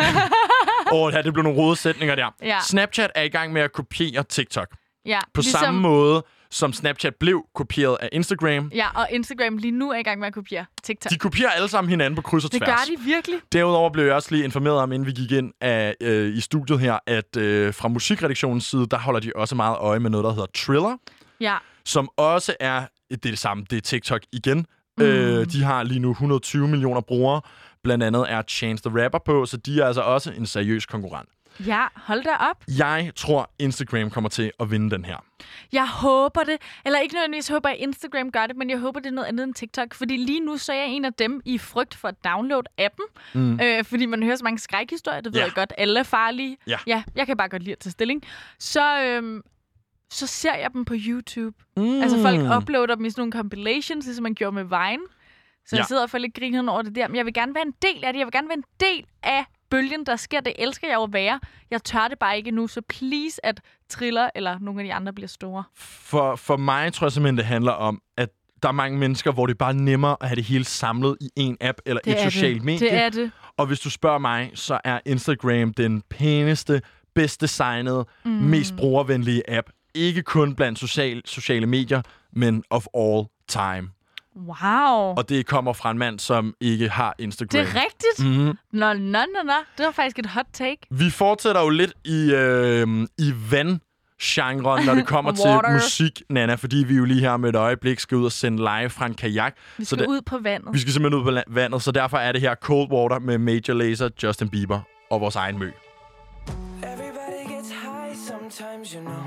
Åh, ja, det blev nogle rode sætninger der. Ja. Snapchat er i gang med at kopiere TikTok. Ja, På ligesom, samme måde, som Snapchat blev kopieret af Instagram. Ja, og Instagram lige nu er i gang med at kopiere TikTok. De kopierer alle sammen hinanden på kryds og Det tværs. gør de virkelig. Derudover blev jeg også lige informeret om, inden vi gik ind af, øh, i studiet her, at øh, fra musikredaktionens side, der holder de også meget øje med noget, der hedder Triller, Ja. som også er det, er det samme. Det er TikTok igen. Mm. Øh, de har lige nu et hundrede og tyve millioner brugere. Blandt andet er Chance the Rapper på, så de er altså også en seriøs konkurrent. Ja, hold da op. Jeg tror, Instagram kommer til at vinde den her. Jeg håber det. Eller ikke nødvendigvis håber, at Instagram gør det, men jeg håber, det er noget andet end TikTok. Fordi lige nu så er jeg en af dem i frygt for at downloade appen. Mm. Øh, fordi man hører så mange skrækhistorier. Det ved Ja. jeg godt. Alle er farlige. Ja. ja. Jeg kan bare godt lide at tage stilling. Så, øhm, så ser jeg dem på YouTube. Mm. Altså folk uploader dem i sådan nogle compilations, ligesom man gjorde med Vine. Så Ja. jeg sidder og får lidt grineren over det der. Men jeg vil gerne være en del af det. Jeg vil gerne være en del af bølgen, der sker. Det elsker jeg jo at være. Jeg tør det bare ikke nu, så please, at Triller eller nogle af de andre bliver store. For, for mig tror jeg simpelthen, det handler om, at der er mange mennesker, hvor det er bare nemmere at have det hele samlet i en app eller Det et er socialt det. medie. Det er det. Og hvis du spørger mig, så er Instagram den pæneste, bedst designede, mm. mest brugervenlige app. Ikke kun blandt social, sociale medier, men of all time. Wow. Og det kommer fra en mand, som ikke har Instagram. Det er rigtigt. Mm-hmm. Nå, nå, nå, nå. Det var faktisk et hot take. Vi fortsætter jo lidt i, øh, i genren, når det kommer til Water. musik, Nana, fordi vi jo lige her med et øjeblik skal ud og sende live fra en kajak. Vi Så skal det, ud på vandet. vi skal simpelthen ud på la- vandet, så derfor er det her Cold Water med Major Lazer, Justin Bieber og vores egen Mø. Everybody gets high sometimes, you know.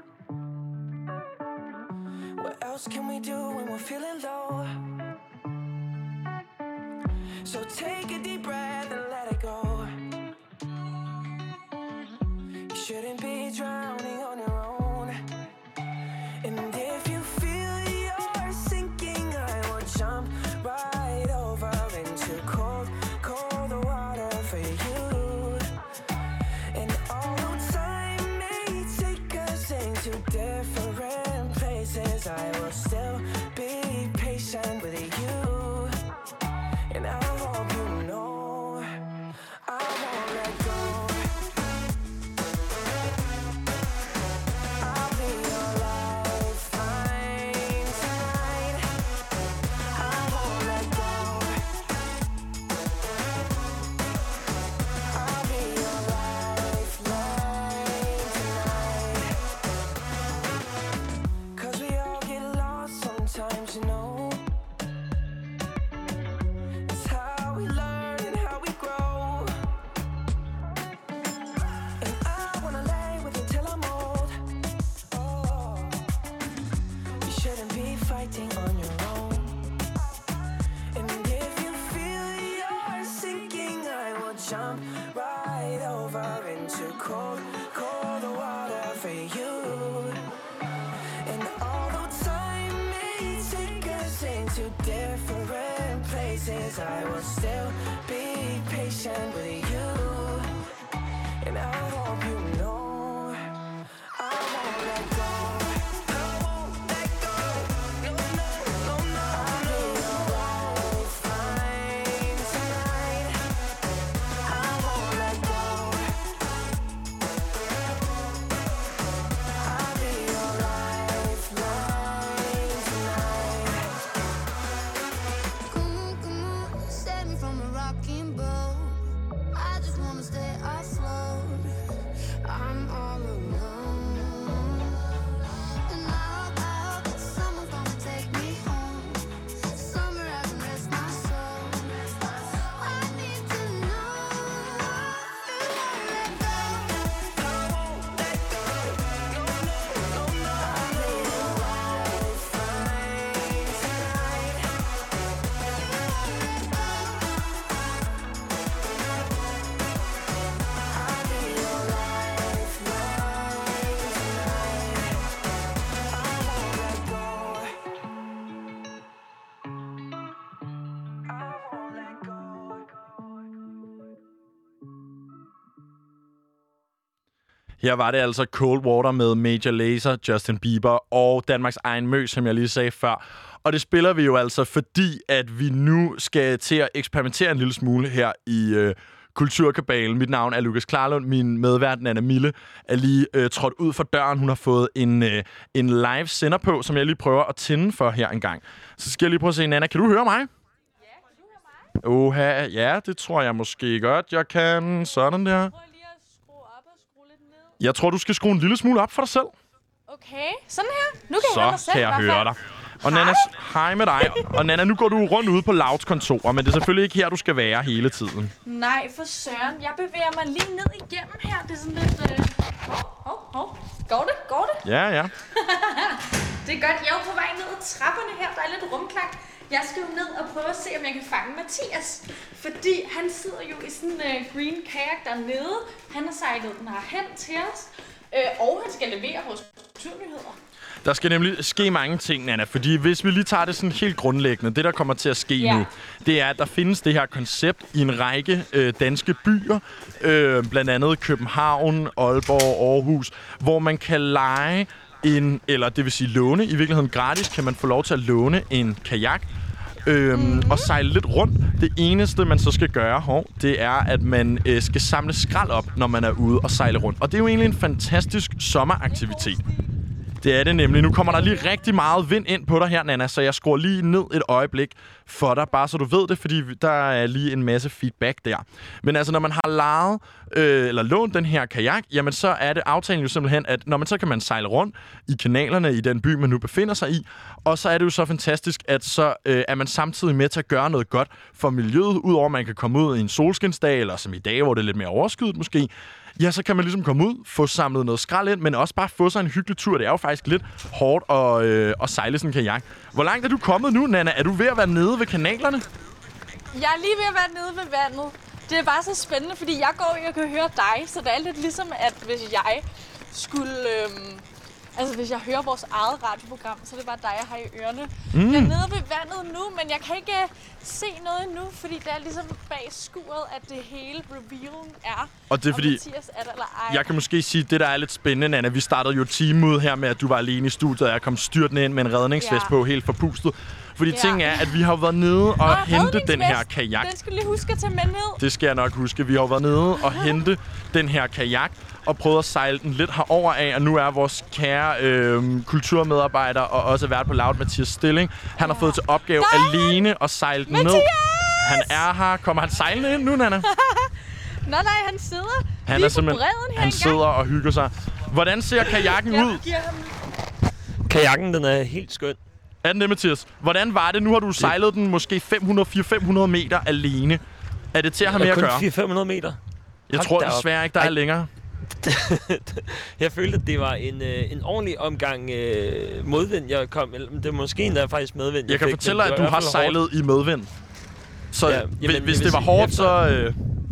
What else can we do when we're feeling low? So take a deep breath and let it go. You shouldn't be drowning on your own. And if you feel you're sinking, I will jump right over into cold, cold water for you. And although time may take us into different places, I will still be patient with you. And I hope you know I won't let go. I'll be your lifeline tonight. I won't let go. I'll be your lifeline tonight. 'Cause we all get lost sometimes, you know. It's how we learn and how we grow. And I wanna lay with you till I'm old. Oh, you shouldn't be fighting on your own. And if you feel you're sinking, I will jump right over into cold, cold water for you. And although time may take us into different places, I will still be patient with you. And I hope you know I won't let go. I won't let go. No, no, no, no. I'll be your lifeline tonight. I won't let go. I'll be your lifeline tonight. Come on, come on, save me from a rocking boat. I just wanna stay afloat. I'm all alone. And I hope, I hope that someone's gonna take me home. Somewhere I can rest my soul. I need to know you won't let go. I won't let go. No, no, no, no. I'll be your lifeline tonight. I'll be your lifeline tonight. I won't let go. I won't let go. Her var det altså Cold Water med Major Lazer, Justin Bieber og Danmarks egen Mø, som jeg lige sagde før. Og det spiller vi jo altså, fordi at vi nu skal til at eksperimentere en lille smule her i øh, Kulturkabalen. Mit navn er Lukas Klarlund. Min medvært, Nana Mille, er lige øh, trådt ud for døren. Hun har fået en, øh, en live sender på, som jeg lige prøver at tænde for her en gang. Så skal jeg lige prøve at se, Nana, kan du høre mig? Oha, ja, det tror jeg måske godt, jeg kan. Sådan der. Prøv lige at skrue op og skrue lidt ned. Jeg tror, du skal skrue en lille smule op for dig selv. Okay, sådan her. Nu kan jeg høre mig Så selv kan i jeg hvert høre fald. dig. Og Nana, hej med dig. Og Nana, nu går du rundt ude på Louds kontor, men det er selvfølgelig ikke her, du skal være hele tiden. Nej, for søren. Jeg bevæger mig lige ned igennem her. Det er sådan lidt... Øh... Hov, hov, hov. Går det? Går det? Ja, ja. Det er godt. Jeg er jo på vej ned ad trapperne her. Der er lidt rumklang. Jeg skal jo ned og prøve at se, om jeg kan fange Mathias. Fordi han sidder jo i sådan en uh, green kajak dernede. Han har sejlet den her hen til os. Øh, og han skal levere vores kulturnyheder. Der skal nemlig ske mange ting, Nana, fordi hvis vi lige tager det sådan helt grundlæggende, det der kommer til at ske Ja. nu, det er, at der findes det her koncept i en række øh, danske byer, øh, blandt andet København, Aalborg, Aarhus, hvor man kan leje en, eller det vil sige låne, i virkeligheden gratis, kan man få lov til at låne en kajak, Øhm, mm-hmm. og sejle lidt rundt. Det eneste, man så skal gøre, hov, det er, at man øh, skal samle skrald op, når man er ude og sejle rundt. Og det er jo egentlig en fantastisk sommeraktivitet. Det er det nemlig. Nu kommer der lige rigtig meget vind ind på dig her, Nana, så jeg skruer lige ned et øjeblik for dig, bare så du ved det, fordi der er lige en masse feedback der. Men altså, når man har lejet øh, eller lånt den her kajak, jamen så er det aftalen jo simpelthen, at når man så kan man sejle rundt i kanalerne i den by, man nu befinder sig i, og så er det jo så fantastisk, at så øh, er man samtidig med til at gøre noget godt for miljøet, udover at man kan komme ud i en solskinsdag, eller som i dag, hvor det er lidt mere overskyet måske. Ja, så kan man ligesom komme ud, få samlet noget skrald ind, men også bare få sig en hyggelig tur. Det er jo faktisk lidt hårdt at, øh, at sejle sådan en kajak. Hvor langt er du kommet nu, Nana? Er du ved at være nede ved kanalerne? Jeg er lige ved at være nede ved vandet. Det er bare så spændende, fordi jeg går og kan høre dig, så det er lidt ligesom, at hvis jeg skulle... Øhm, altså, hvis jeg hører vores eget radioprogram, så er det bare dig, jeg har i ørerne. Mm. Jeg er nede ved vandet nu, men jeg kan ikke se noget endnu, fordi det er ligesom bag skuret, at det hele revealen er. Og det er fordi, Mathias er der eller ej. Jeg kan måske sige, at det der er lidt spændende, Nana. Vi startede jo team ud her med, at du var alene i studiet, og jeg kom styrtende ind med en redningsvest ja. på, helt forpustet. Fordi ja. ting er, at vi har været nede og Nå, hente den her kajak. Den skal lige huske at tage med ned. Det skal jeg nok huske. Vi har været nede og hente den her kajak og prøvet at sejle den lidt herover af. Og nu er vores kære øh, kulturmedarbejder og også vært på Loud, Mathias Stilling. Han ja. har fået til opgave Der alene at sejle den Mathias! ned. Han er her. Kommer han sejlende ind nu, Nana? Nå nej, han sidder han lige er på simpelthen, bredden her Han sidder og hygger sig. Hvordan ser kajakken jeg ud? Kajakken, den er helt skøn. Er den det, Mathias? Hvordan var det? Nu har du sejlet den måske fem hundrede til fire hundrede meter alene. Er det til at have med at gøre? Kun fire til fem hundrede meter. Jeg tror desværre ikke, der er længere. Jeg følte, at det var en, øh, en ordentlig omgang øh, modvind, jeg kom. Det er måske endda faktisk medvind. Jeg, jeg kan fik, fortælle dig, at du har sejlet hårdt. i medvind. Så ja, jamen, hvis det var hårdt, efter, så... Øh...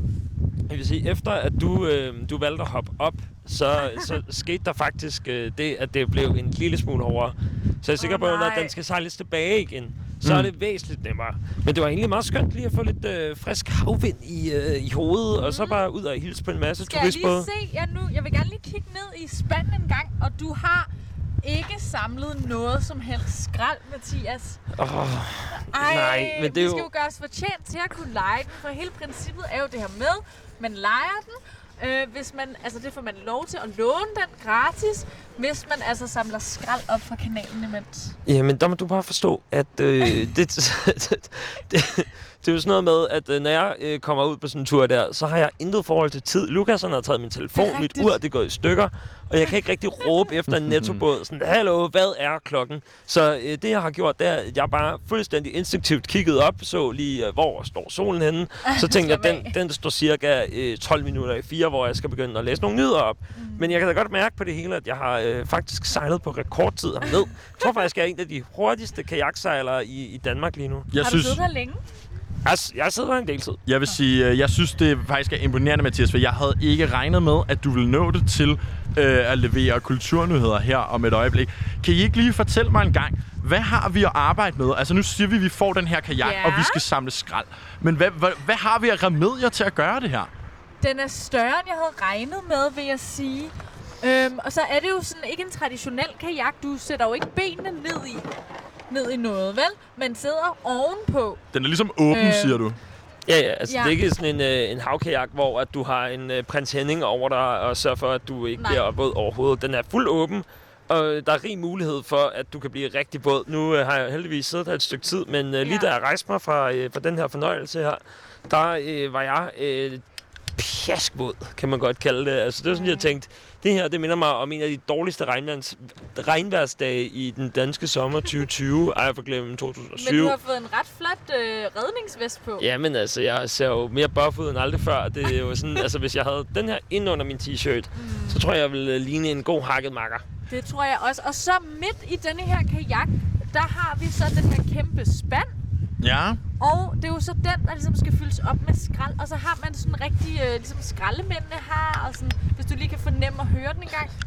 Jeg vil sige, efter at du, øh, du valgte at hoppe op, så, så skete der faktisk øh, det, at det blev en lille smule hårdere. Så jeg er sikker oh, på, at når den skal sejles tilbage igen, så mm. er det væsentligt nemmere. Men det var egentlig meget skønt lige at få lidt øh, frisk havvind i, øh, i hovedet, mm. og så bare ud og hilse på en masse turistbåde. Skal jeg lige se jer nu? Jeg vil gerne lige kigge ned i spanden en gang, og du har ikke samlet noget som helst skrald, Mathias. Åh, oh, nej, men det er jo... vi skal jo gøre os fortjent til at kunne lege den, for hele princippet er jo det her med, man lejer den, øh, hvis man, altså det får man lov til at låne den gratis, hvis man altså samler skrald op fra kanalen imens. Jamen, der må du bare forstå, at øh, det, det, det, det, det er jo sådan noget med, at øh, når jeg øh, kommer ud på sådan en tur der, så har jeg intet forhold til tid. Lukas han har taget min telefon, mit ur det er gået i stykker, og jeg kan ikke rigtig råbe efter en nettobåd. Sådan, hallo, hvad er klokken? Så øh, det jeg har gjort, det er, at jeg bare fuldstændig instinktivt kiggede op, så lige, øh, hvor står solen henne. Så tænkte jeg, den, den står cirka øh, tolv minutter i fire, hvor jeg skal begynde at læse nogle nyheder op. Mm. Men jeg kan da godt mærke på det hele, at jeg har øh, faktisk sejlet på rekordtid herned. Jeg tror faktisk, jeg er en af de hurtigste kajaksejlere i, i Danmark lige nu. Jeg har du siddet her længe? Jeg, jeg sidder her en del tid. Jeg vil sige, jeg synes, det faktisk er imponerende, Mathias, for jeg havde ikke regnet med, at du ville nå det til øh, at levere kulturnyheder her om et øjeblik. Kan I ikke lige fortælle mig en gang, hvad har vi at arbejde med? Altså nu siger vi, at vi får den her kajak, ja. og vi skal samle skrald. Men hvad, hvad, hvad har vi af remedier til at gøre det her? Den er større, end jeg havde regnet med, vil jeg sige. Øhm, og så er det jo sådan ikke en traditionel kajak. Du sætter jo ikke benene ned i, ned i noget, vel? Men sidder ovenpå. Den er ligesom åben, øh, siger du? Ja, ja, altså ja. Det er ikke sådan en, øh, en havkajak, hvor at du har en øh, prins Henning over dig og sørger for, at du ikke Nej. bliver våd overhovedet. Den er fuld åben, og der er rig mulighed for, at du kan blive rigtig våd. Nu øh, har jeg heldigvis siddet her et stykke tid, men øh, lige ja. da jeg rejste mig fra, øh, fra den her fornøjelse her, der øh, var jeg øh, pjaskvåd, kan man godt kalde det. Altså det er sådan, jeg tænkte, det her, det minder mig om en af de dårligste regnvands, regnværsdage i den danske sommer tyve tyve. Ej, jeg får glemt to tusind og syv. Men du har fået en ret flot øh, redningsvest på. Jamen altså, jeg ser jo mere buff ud end aldrig før. Det er jo sådan, altså hvis jeg havde den her ind under min t-shirt, mm. så tror jeg, jeg ville ligne en god hakket makker. Det tror jeg også. Og så midt i denne her kajak, der har vi så den her kæmpe spand. Ja. Og det er jo så den, der ligesom skal fyldes op med skrald. Og så har man sådan rigtig, øh, ligesom skraldemændene har, og sådan, hvis du lige kan fornemme og høre den en gang.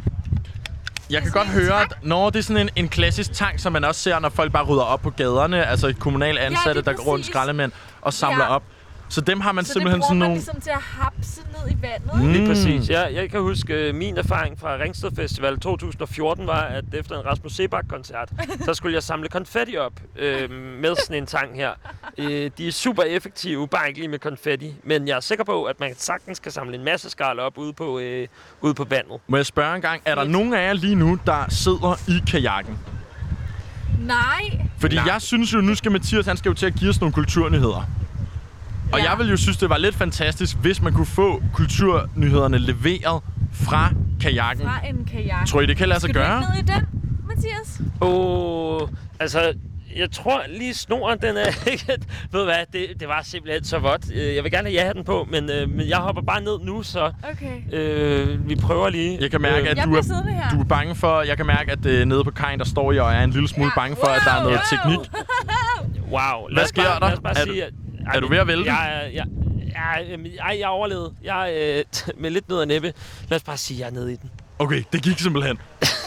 Jeg kan godt høre, at når det er sådan en, en klassisk tank, som man også ser, når folk bare rydder op på gaderne. Altså kommunale ansatte, ja, der går rundt skraldemænd og samler ja. op. Så dem har man Så simpelthen det bruger sådan man nogle... ligesom til at hapse ned i vandet, Mm. ikke? Lige præcis. Jeg, jeg kan huske, uh, min erfaring fra Ringsted Festival to tusind og fjorten var, at efter en Rasmus Sebak-koncert, så skulle jeg samle konfetti op øh, med sådan en tang her. Øh, de er super effektive, bare ikke lige med konfetti. Men jeg er sikker på, at man sagtens kan samle en masse skrald op ude på, øh, ude på vandet. Må jeg spørge en gang, er der nogen af jer lige nu, der sidder i kajakken? Nej. Fordi Nej. jeg synes jo, nu skal Mathias, han skal jo til at give os nogle kulturnyheder. Og Ja. jeg vil jo synes, det var lidt fantastisk, hvis man kunne få kulturnyhederne leveret fra kajakken. Fra en kajak. Tror I, det kan lade sig Skal du gøre? ikke ned i den, Mathias? Åh, oh, altså, jeg tror lige snoren, den er ikke... Ved du hvad, det, det var simpelthen så vådt. Øh, Jeg vil gerne have ja-hatten på, men, øh, men jeg hopper bare ned nu, så Okay. øh, vi prøver lige. Jeg kan mærke, at Jeg du bliver er, siddende her. du er bange for... Jeg kan mærke, at øh, nede på kajen, der står jeg og er en lille smule Ja. bange for, at der er noget Wow. teknik. Wow. Lad Hvad os sker bare, der? Lad os bare Er sige, du- at, er du ved at vælte? Jeg, jeg, jeg, jeg, jeg, jeg, jeg overlevede. Jeg, øh, med lidt nød og næppe. Lad os bare sige, at jeg er nede i den. Okay, det gik simpelthen.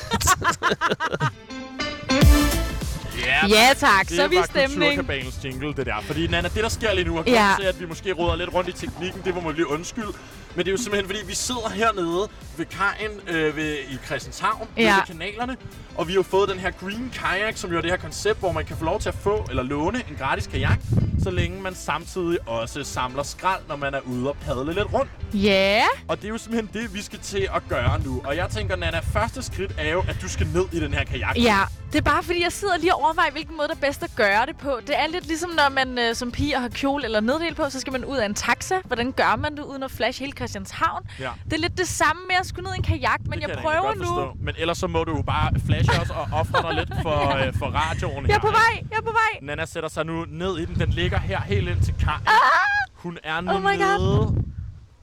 Ja, Ja tak, det så er vi i var stemning. Kulturkabalens jingle, det der. Fordi, Nana, det der sker lige nu, og Ja. ja. til, at vi måske råder lidt rundt i teknikken, det må man lige undskylde. Men det er jo simpelthen, fordi vi sidder hernede ved kajen øh, ved, i Christianshavn, Ja. ved kanalerne. Og vi har jo fået den her Green Kayak, som jo er det her koncept, hvor man kan få lov til at få eller låne en gratis kajak, så længe man samtidig også samler skrald, når man er ude og padle lidt rundt. Ja. Og det er jo simpelthen det, vi skal til at gøre nu. Og jeg tænker, Nana, første skridt er jo, at du skal ned i den her kajak. Ja, det er bare fordi, jeg sidder lige og overvejer, hvilken måde der er bedst at gøre det på. Det er lidt ligesom, når man øh, som pige har kjole eller neddel på, så skal man ud af en taxa. Hvordan gør man det uden at flash hele Christianshavn? Ja. Det er lidt det samme med at skulle ned i en kajak, men Det jeg kan prøver egentlig nu. godt forstå. Men ellers så må du jo bare flashe os og ofre dig lidt for, øh, for radioen Jeg her. er på vej, jeg er på vej. Nana sætter sig nu ned i den. Den ligger her helt ind til kajen. Ah! Hun er nu Oh my God. nede.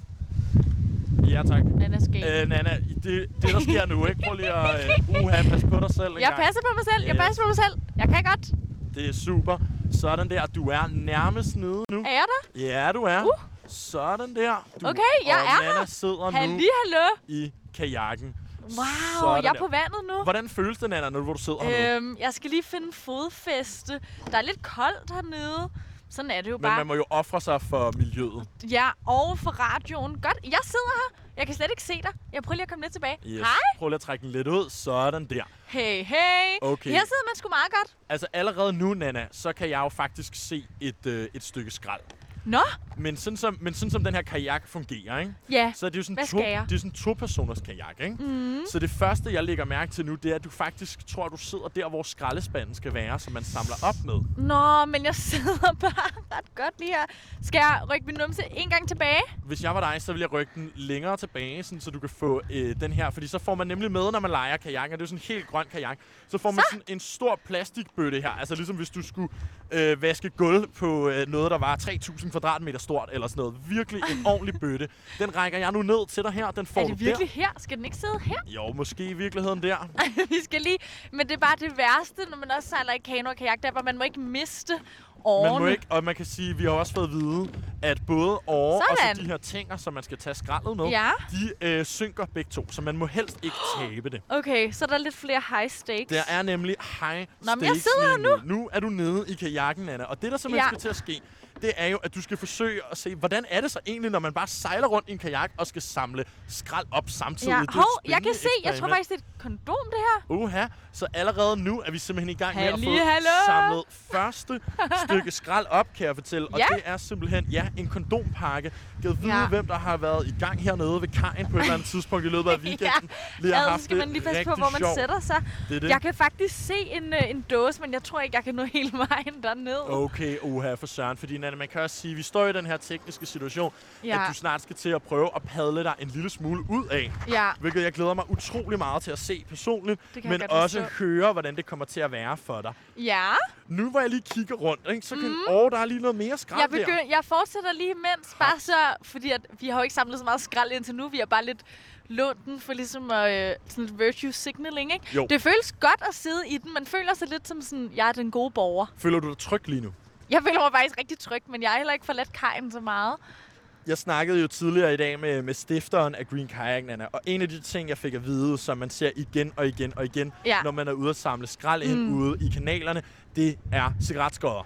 Ja, tak. Den er skæg. Øh, Nana, det, det der sker nu, ikke? Prøv lige at øh, uha, pas på dig selv en Jeg gang. passer på mig selv, jeg Yes. passer på mig selv. Jeg kan godt. Det er super. Sådan der. Du er nærmest nede nu. Er jeg der? Ja, du er. Uh. Sådan der. Du, Okay, jeg og er Nana her. sidder nu Halli, hallo. i kajakken. Wow, Sådan jeg er der. på vandet nu. Hvordan føles det, Nana, nu hvor du sidder hernede? Øhm, jeg skal lige finde fodfæste. Der er lidt koldt hernede. Sådan er det jo Men bare. man må jo ofre sig for miljøet. Ja, og for radioen. Godt, jeg sidder her. Jeg kan slet ikke se dig. Jeg prøver lige at komme lidt tilbage. Yes. Hej. Prøv lige at trække den lidt ud. Sådan der. Hey, hey. Okay. Her sidder man sgu meget godt. Altså allerede nu, Nana, så kan jeg jo faktisk se et, øh, et stykke skrald. Nå, Men sådan, som, men sådan som den her kajak fungerer, ikke? ja. Så er det jo sådan Hvad to, skal jeg? det er sådan to personers kajak, ikke? Mm. Så det første, jeg lægger mærke til nu, det er, at du faktisk tror, at du sidder der, hvor skraldespanden skal være, som man samler op med. Nå, men jeg sidder bare ret godt lige her. Skal jeg rykke min numse en gang tilbage? Hvis jeg var dig, så ville jeg rykke den længere tilbage, sådan, så du kan få øh, den her. Fordi så får man nemlig med, når man leger kajakken. Det er jo sådan en helt grøn kajak. Så får man Så? sådan en stor plastikbøtte her. Altså ligesom hvis du skulle øh, vaske gulv på øh, noget, der var tre tusind kvadratmeter stort eller sådan noget. Virkelig en ordentlig bøtte. Den rækker jeg nu ned til dig her. Den får Er du det virkelig her? Skal den ikke sidde her? der. Jo, måske i virkeligheden der. Vi skal lige... Men det er bare det værste, når man også sejler i kano og kajak. Der, hvor man må ikke miste årene. Man må ikke, og man kan sige, vi har også fået at vide, at både åre og Sådan. så de her tænger, som man skal tage skraldet med, Ja. de øh, synker begge to. Så man må helst ikke tabe det. Okay, så er der lidt flere high stakes. Der er nemlig high Nå, men jeg stakes sidder lige her nu. Nu er du nede i kajakken, Anna. Og det, der simpelthen Ja. skal til at ske, det er jo, at du skal forsøge at se, hvordan er det så egentlig, når man bare sejler rundt i en kajak og skal samle skrald op samtidig. Ja, Det er et hov, jeg kan spændende se. Jeg tror eksperiment. faktisk, det er et kondom, det her. Uha, så allerede nu er vi simpelthen i gang med at Halli, få hallo. samlet første stykke skrald op, kan jeg fortælle. Og Ja. det er simpelthen, ja, en kondompakke. Gad vide, Ja. hvem der har været i gang hernede ved kajen på et eller andet tidspunkt i løbet af weekenden. Lige har Ad, haft skal man det lige passe på, rigtig hvor man sjovt. sætter sig. Det er det. Jeg kan faktisk se en, øh, en dåse, men jeg tror ikke, jeg kan nå hele vejen derned. Okay, uha for søren. Fordi, Nanne, man kan også sige, at vi står i den her tekniske situation, Ja. at du snart skal til at prøve at padle dig en lille smule ud af. Ja, Hvilket jeg glæder mig utrolig meget til at se personligt, Det kan men jeg godt også forstå. høre, hvordan det kommer til at være for dig. ja. Nu hvor jeg lige kigger rundt, ikke, så kan... Åh, oh, der er lige noget mere skrald Jeg, der. begynd, jeg fortsætter lige imens, bare så, fordi at vi har jo ikke samlet så meget skrald indtil nu. Vi har bare lidt lånt den for ligesom at, øh, sådan et virtue signaling, ikke? Jo. Det føles godt at sidde i den. Man føler sig lidt som sådan, jeg er den gode borger. Føler du dig tryg lige nu? Jeg føler mig faktisk rigtig tryg, men jeg har heller ikke forladt kajen så meget. Jeg snakkede jo tidligere i dag med, med stifteren af Green Kayak, Nanna, og en af de ting, jeg fik at vide, som man ser igen og igen og igen, Ja. når man er ude at samle skrald ind Mm. ude i kanalerne, det er cigaretskodder.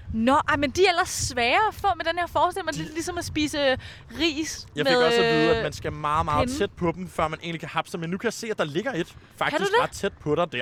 Nå, ej, men de er ellers svære at få med den her forestilling. Men det er ligesom at spise øh, ris Jeg med fik også at vide, øh, at man skal meget, meget pinde. tæt på dem, før man egentlig kan hapse. Men nu kan jeg se, at der ligger et faktisk det? ret tæt på dig der.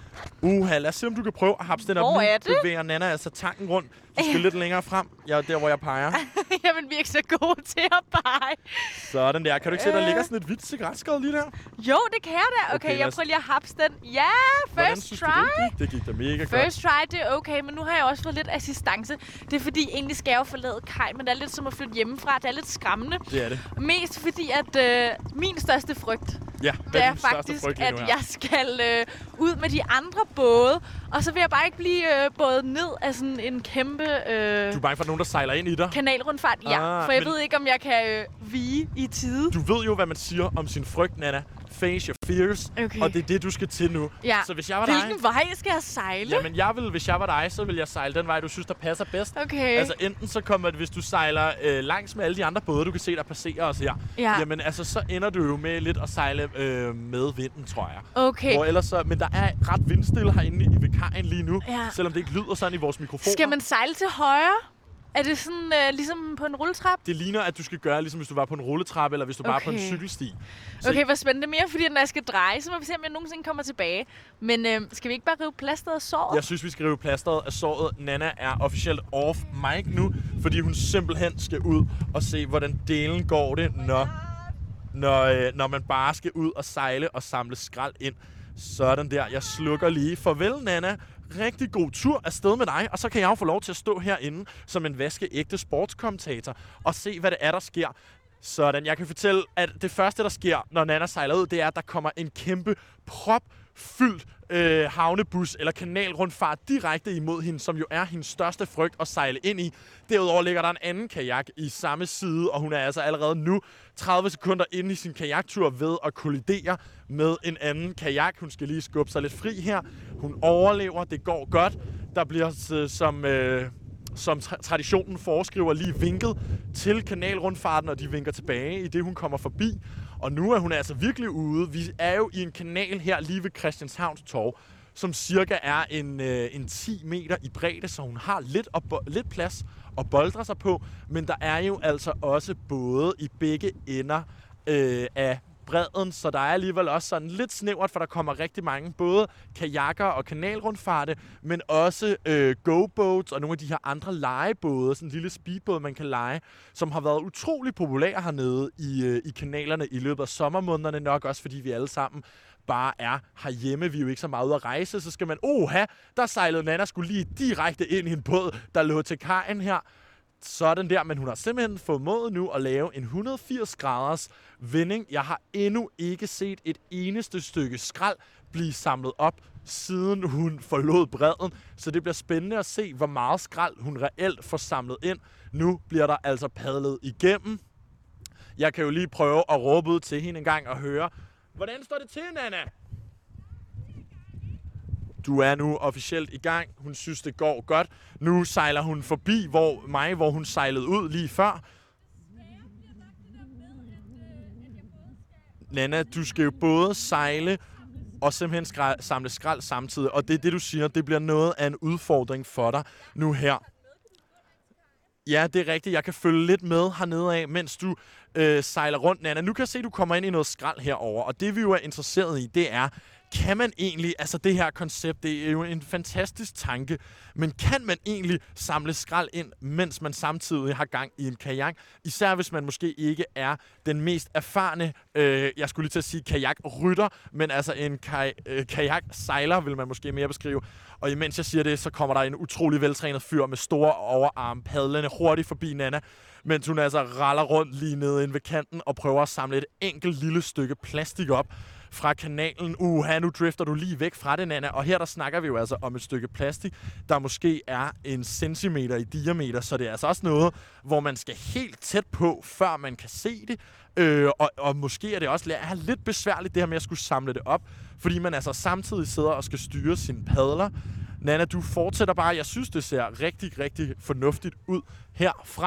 Uha, lad os se, om du kan prøve at hapse den op. Hvor Nu er det? bevæger Nana altså tanken rundt. Du skal lidt længere frem. Jeg er der, hvor jeg peger. Jamen, vi er ikke så gode til at pege. Sådan der. Kan du ikke se, der Øh. ligger sådan et hvidt cigaretskod lige der? Jo, det kan jeg da. Okay, Okay, okay lad jeg os- prøver lige at hapse den. Ja, Hvordan first synes du, try. det gik? Det gik da mega godt. First try, det er okay, men nu har jeg også fået lidt assistance. Det er fordi, egentlig skal jeg jo forlade Kaj, men det er lidt som at flytte hjemmefra. Det er lidt skræmmende. Det er det. Mest fordi, at øh, min største frygt, Ja, det hvad er din største faktisk, frygt lige at nu her? jeg skal øh, ud med de andre både. Og så vil jeg bare ikke blive øh, bådet ned af sådan en kæmpe øh, Du er bange for, at nogen, der sejler ind i dig? kanalrundfart. Ja, Ah, for jeg men- ved ikke, om jeg kan øh, vige i tide. Du ved jo, hvad man siger om sin frygt, Nana. Face your fears. Okay. Og det er det, du skal til nu. Ja. Så hvis jeg var dig... Hvilken vej skal jeg sejle? Jamen, jeg vil, hvis jeg var dig, så vil jeg sejle den vej, du synes, der passer bedst. Okay. Altså, enten så kommer det, hvis du sejler øh, langs med alle de andre både, du kan se, der passerer os her. Ja. Jamen, altså, så ender du jo med lidt at sejle øh, med vinden, tror jeg. Okay. Hvor ellers så, men der er ret vindstille herinde i vikajen lige nu, Ja. selvom det ikke lyder sådan i vores mikrofoner. Skal man sejle til højre? Er det sådan øh, ligesom på en rulletrap? Det ligner, at du skal gøre, ligesom hvis du var på en rulletrappe, eller hvis du okay. var på en Okay. cykelsti. Så Okay, hvor spændende. Mere fordi, når jeg skal dreje, så må vi se, om jeg nogensinde kommer tilbage. Men øh, skal vi ikke bare rive plasteret af såret? jeg synes, vi skal rive plasteret af såret. Nana er officielt off mic nu, fordi hun simpelthen skal ud og se, hvordan delen går det, når, når, øh, når man bare skal ud og sejle og samle skrald ind. Sådan der. Jeg slukker lige. Farvel, Nana. Rigtig god tur afsted med dig, og så kan jeg jo få lov til at stå herinde som en vaskeægte sportskommentator og se, hvad det er, der sker. Sådan, jeg kan fortælle, at det første, der sker, når Nana sejler ud, det er, at der kommer en kæmpe propfyldt øh, havnebus eller kanalrundfart direkte imod hende, som jo er hendes største frygt at sejle ind i. Derudover ligger der en anden kajak i samme side, og hun er altså allerede nu tredive sekunder inde i sin kajaktur ved at kollidere med en anden kajak. Hun skal lige skubbe sig lidt fri her. Hun overlever, det går godt. Der bliver øh, som... Øh, som tra- traditionen foreskriver, lige vinket til kanalrundfarten, og de vinker tilbage, i det hun kommer forbi. Og nu er hun altså virkelig ude. Vi er jo i en kanal her lige ved Christianshavns Torv, som cirka er en, øh, en ti meter i bredde, så hun har lidt, og bo- lidt plads at boldre sig på. Men der er jo altså også både i begge ender øh, af bredden, så der er alligevel også sådan lidt snævert, for der kommer rigtig mange, både kajakker og kanalrundfarte, men også øh, go-boats og nogle af de her andre legebåde, sådan en lille speedbåd, man kan lege, som har været utrolig populære hernede i, øh, i kanalerne i løbet af sommermånederne, nok også fordi vi alle sammen bare er herhjemme. Vi er jo ikke så meget ude at rejse, så skal man, oha, der sejlede Nana skulle lige direkte ind i en båd, der lå til kajen her. Sådan der, men hun har simpelthen formået nu at lave en et hundrede og firs graders vending. Jeg har endnu ikke set et eneste stykke skrald blive samlet op, siden hun forlod bredden. Så det bliver spændende at se, hvor meget skrald hun reelt får samlet ind. Nu bliver der altså padlet igennem. Jeg kan jo lige prøve at råbe ud til hende en gang og høre, hvordan står det til, Nana? Du er nu officielt i gang. Hun synes, det går godt. Nu sejler hun forbi hvor, mig, hvor hun sejlede ud lige før. Nana, du skal jo både sejle og simpelthen skra- samle skrald samtidig. Og det er det, du siger, det bliver noget af en udfordring for dig nu her. Ja, det er rigtigt. Jeg kan følge lidt med hernede af, mens du øh, sejler rundt, Nana. Nu kan jeg se, at du kommer ind i noget skrald herover, og det vi jo er interesseret i, det er, kan man egentlig, altså det her koncept, det er jo en fantastisk tanke, men kan man egentlig samle skrald ind, mens man samtidig har gang i en kajak? Især hvis man måske ikke er den mest erfarne, øh, jeg skulle lige til at sige kajakrytter, men altså en kaj, øh, kajaksejler, vil man måske mere beskrive. Og imens jeg siger det, så kommer der en utrolig veltrænet fyr med store overarme, padlende hurtigt forbi Nana, mens hun altså raller rundt lige nede inde ved kanten og prøver at samle et enkelt lille stykke plastik op fra kanalen. Uha, nu drifter du lige væk fra det, Nana. Og her der snakker vi jo altså om et stykke plastik, der måske er en centimeter i diameter, så det er altså også noget, hvor man skal helt tæt på, før man kan se det. Øh, og, og måske er det også er lidt besværligt, det her med at skulle samle det op, fordi man altså samtidig sidder og skal styre sine padler. Nana, du fortsætter bare. Jeg synes, det ser rigtig, rigtig fornuftigt ud herfra.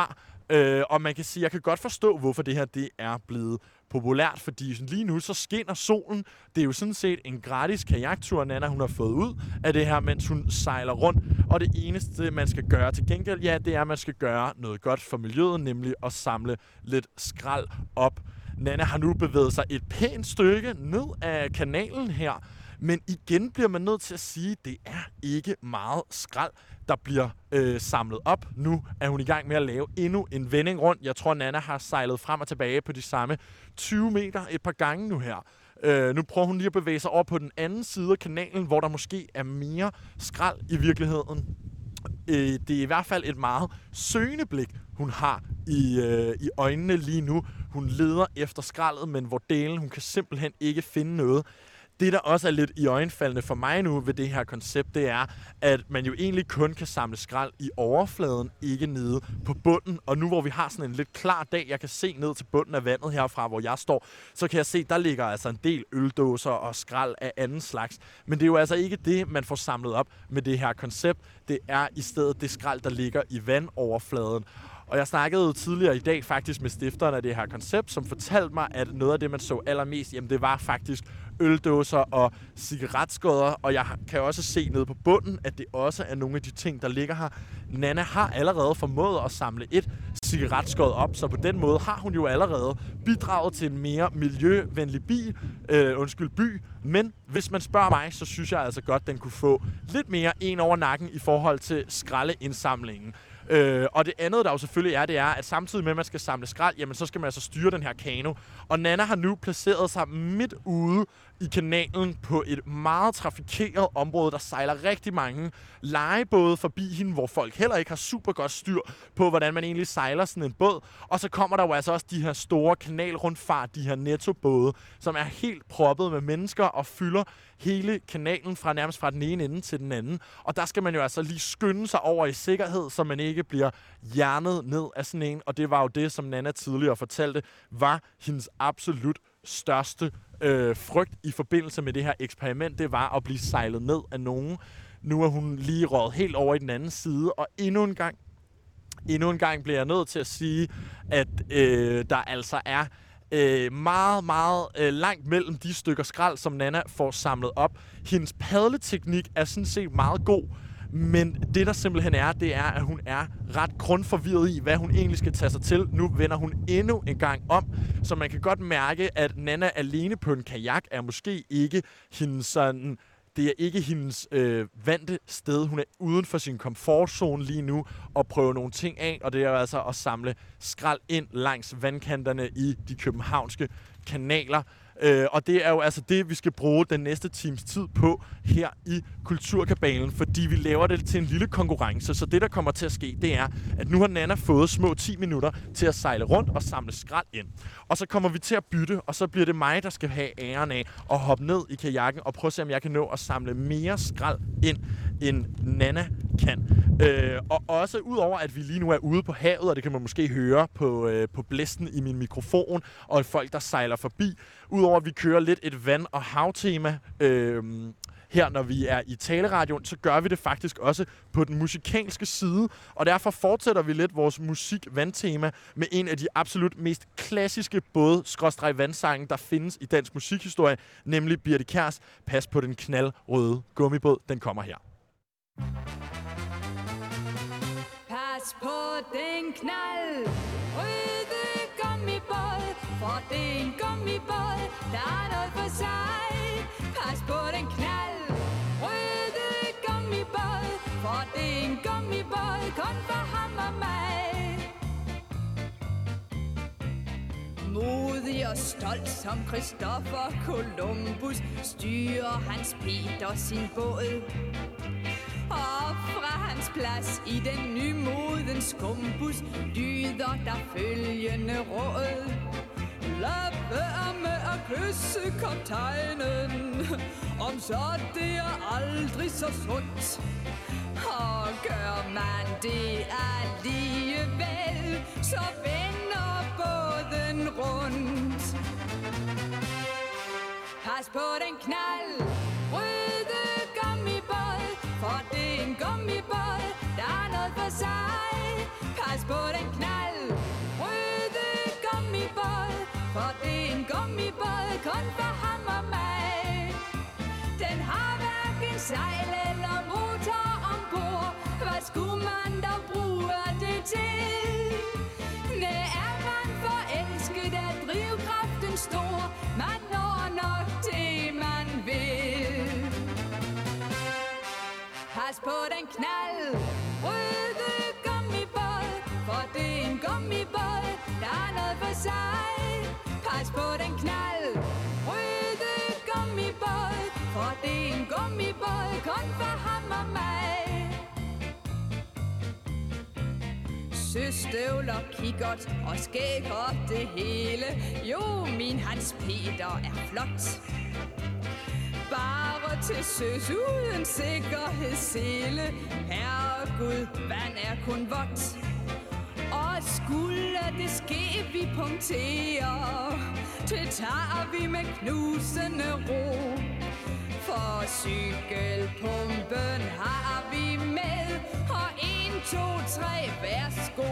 Øh, og man kan sige, jeg kan godt forstå, hvorfor det her det er blevet populært, fordi sådan lige nu så skinner solen. Det er jo sådan set en gratis kajaktur, Nanna hun har fået ud af det her, mens hun sejler rundt. Og det eneste, man skal gøre til gengæld, ja, det er, at man skal gøre noget godt for miljøet, nemlig at samle lidt skrald op. Nanna har nu bevæget sig et pænt stykke ned af kanalen her, men igen bliver man nødt til at sige, at det er ikke meget skrald, der bliver øh, samlet op. Nu er hun i gang med at lave endnu en vending rundt. Jeg tror, Nanna har sejlet frem og tilbage på de samme tyve meter et par gange nu her. Øh, nu prøver hun lige at bevæge sig over på den anden side af kanalen, hvor der måske er mere skrald i virkeligheden. Øh, det er i hvert fald et meget søgende blik, hun har i, øh, i øjnene lige nu. Hun leder efter skraldet, men hvor delen, hun kan simpelthen ikke finde noget. Det, der også er lidt i øjenfaldende for mig nu ved det her koncept, det er, at man jo egentlig kun kan samle skrald i overfladen, ikke nede på bunden. Og nu hvor vi har sådan en lidt klar dag, jeg kan se ned til bunden af vandet herfra, hvor jeg står, så kan jeg se, der ligger altså en del øldåser og skrald af anden slags. Men det er jo altså ikke det, man får samlet op med det her koncept. Det er i stedet det skrald, der ligger i vandoverfladen. Og jeg snakkede jo tidligere i dag faktisk med stifteren af det her koncept, som fortalte mig, at noget af det, man så allermest, jamen det var faktisk øldåser og cigaretskodder. Og jeg kan også se nede på bunden, at det også er nogle af de ting, der ligger her. Nanna har allerede formået at samle et cigaretskod op, så på den måde har hun jo allerede bidraget til en mere miljøvenlig bil, øh, undskyld, by. Men hvis man spørger mig, så synes jeg altså godt, den kunne få lidt mere en over nakken i forhold til skraldeindsamlingen. Øh, og det andet, der jo selvfølgelig er, det er, at samtidig med, at man skal samle skrald, jamen så skal man altså styre den her kano. Og Nanna har nu placeret sig midt ude i kanalen på et meget trafikeret område, der sejler rigtig mange legebåde forbi hende, hvor folk heller ikke har super godt styr på, hvordan man egentlig sejler sådan en båd. Og så kommer der jo altså også de her store kanalrundfart, de her nettobåde, som er helt proppet med mennesker og fylder hele kanalen fra nærmest fra den ene ende til den anden. Og der skal man jo altså lige skynde sig over i sikkerhed, så man ikke bliver hjernet ned af sådan en. Og det var jo det, som Nanna tidligere fortalte, var hendes absolut største øh, frygt i forbindelse med det her eksperiment. Det var at blive sejlet ned af nogen. Nu er hun lige røget helt over i den anden side, og endnu en gang, endnu en gang bliver jeg nødt til at sige, at øh, der altså er Øh, meget, meget øh, langt mellem de stykker skrald, som Nanna får samlet op. Hendes padleteknik er sådan set meget god, men det der simpelthen er, det er, at hun er ret grundforvirret i, hvad hun egentlig skal tage sig til. Nu vender hun endnu en gang om, så man kan godt mærke, at Nanna alene på en kajak er måske ikke hendes sådan... Det er ikke hendes øh, vante sted. Hun er uden for sin komfortzone lige nu og prøver nogle ting af, og det er altså at samle skrald ind langs vandkanterne i de københavnske kanaler. Øh, og det er jo altså det, vi skal bruge den næste times tid på her i Kulturkabalen, fordi vi laver det til en lille konkurrence. Så det, der kommer til at ske, det er, at nu har Nanna fået små ti minutter til at sejle rundt og samle skrald ind. Og så kommer vi til at bytte, og så bliver det mig, der skal have æren af at hoppe ned i kajakken og prøve at se, om jeg kan nå at samle mere skrald ind, end Nanna kan. Øh, og også udover, at vi lige nu er ude på havet, og det kan man måske høre på, øh, på blæsten i min mikrofon, og folk, der sejler forbi. Udover at vi kører lidt et vand- og havtema øh, her, når vi er i taleradion, så gør vi det faktisk også på den musikalske side. Og derfor fortsætter vi lidt vores musik-vandtema med en af de absolut mest klassiske båd-vandsange, der findes i dansk musikhistorie, nemlig Birthe Kjærs Pas på den knaldrøde gummibåd. Den kommer her. Pas på den knald røde gummibåd, for det er en gummibåd, der er noget for sig. Pas på den knald røde gummibåd, for det er en gummibåd, kun for ham og mig. Modig og stolt som Christopher Columbus styrer Hans Peter sin båd. Og fra hans plads i den nymodens skumbus lyder der følgende råd. Lad være med at kysse kaptajnen, om så det er aldrig så sundt. Og gør man det alligevel, så vender båden rundt. Pas på den knald røde gummibåd, for det er en gummibåd, der er noget for sig. Pas på den knald for det er en gummibåd kun for ham og mig. Den har hverken sejl eller motor ombord. Hvad skulle man dog bruge det til? Næh, er man forelsket, er drivkraften stor. Man når nok det, man vil. Pas på den knald, røde gummibåd, for det er en gummibåd, der er noget for sig. Pas på den knald, røde gummibåd, for det er en gummibåd, kun for ham og mig. Søstøvler, kikkert og skæg og det hele. Jo, min Hans Peter er flot. Bare til søs uden sikkerhedssele. Herregud, vand er kun vådt. Og skulle det ske, vi punkterer, det tager vi med knusende ro. For cykelpumpen har vi med, og en, to, tre, værsgo.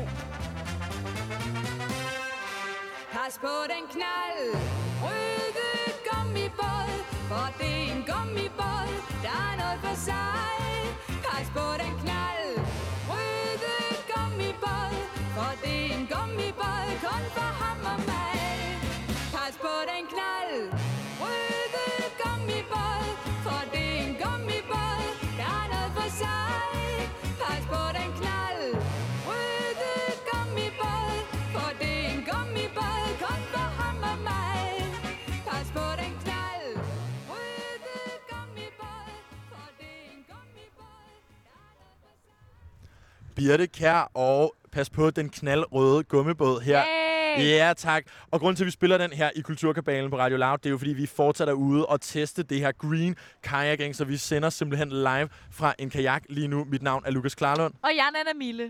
Pas på den knald, røde gummibåd, for det er en gummibåd, der er noget for sig. Pas på den knald, røde gummibåd, for det er en gummibåd, kun for ham og mig. Pas på den knald, røde gummibåd, for det er en gummibåd, der er noget for sig. Pas på den knald, røde gummibåd, for det er en gummibåd, kun for ham og mig. Pas på den knald, røde gummibåd, for det er en gummibåd, der er noget for sig. Birte Kjær og pas på den knaldrøde gummibåd her. Yay! Ja, tak. Og grunden til, at vi spiller den her i Kulturkabalen på Radio Loud, det er jo, fordi vi fortsætter ude og teste det her green kajaking, så vi sender simpelthen live fra en kajak lige nu. Mit navn er Lukas Klarlund. Og jeg er Nana Mille.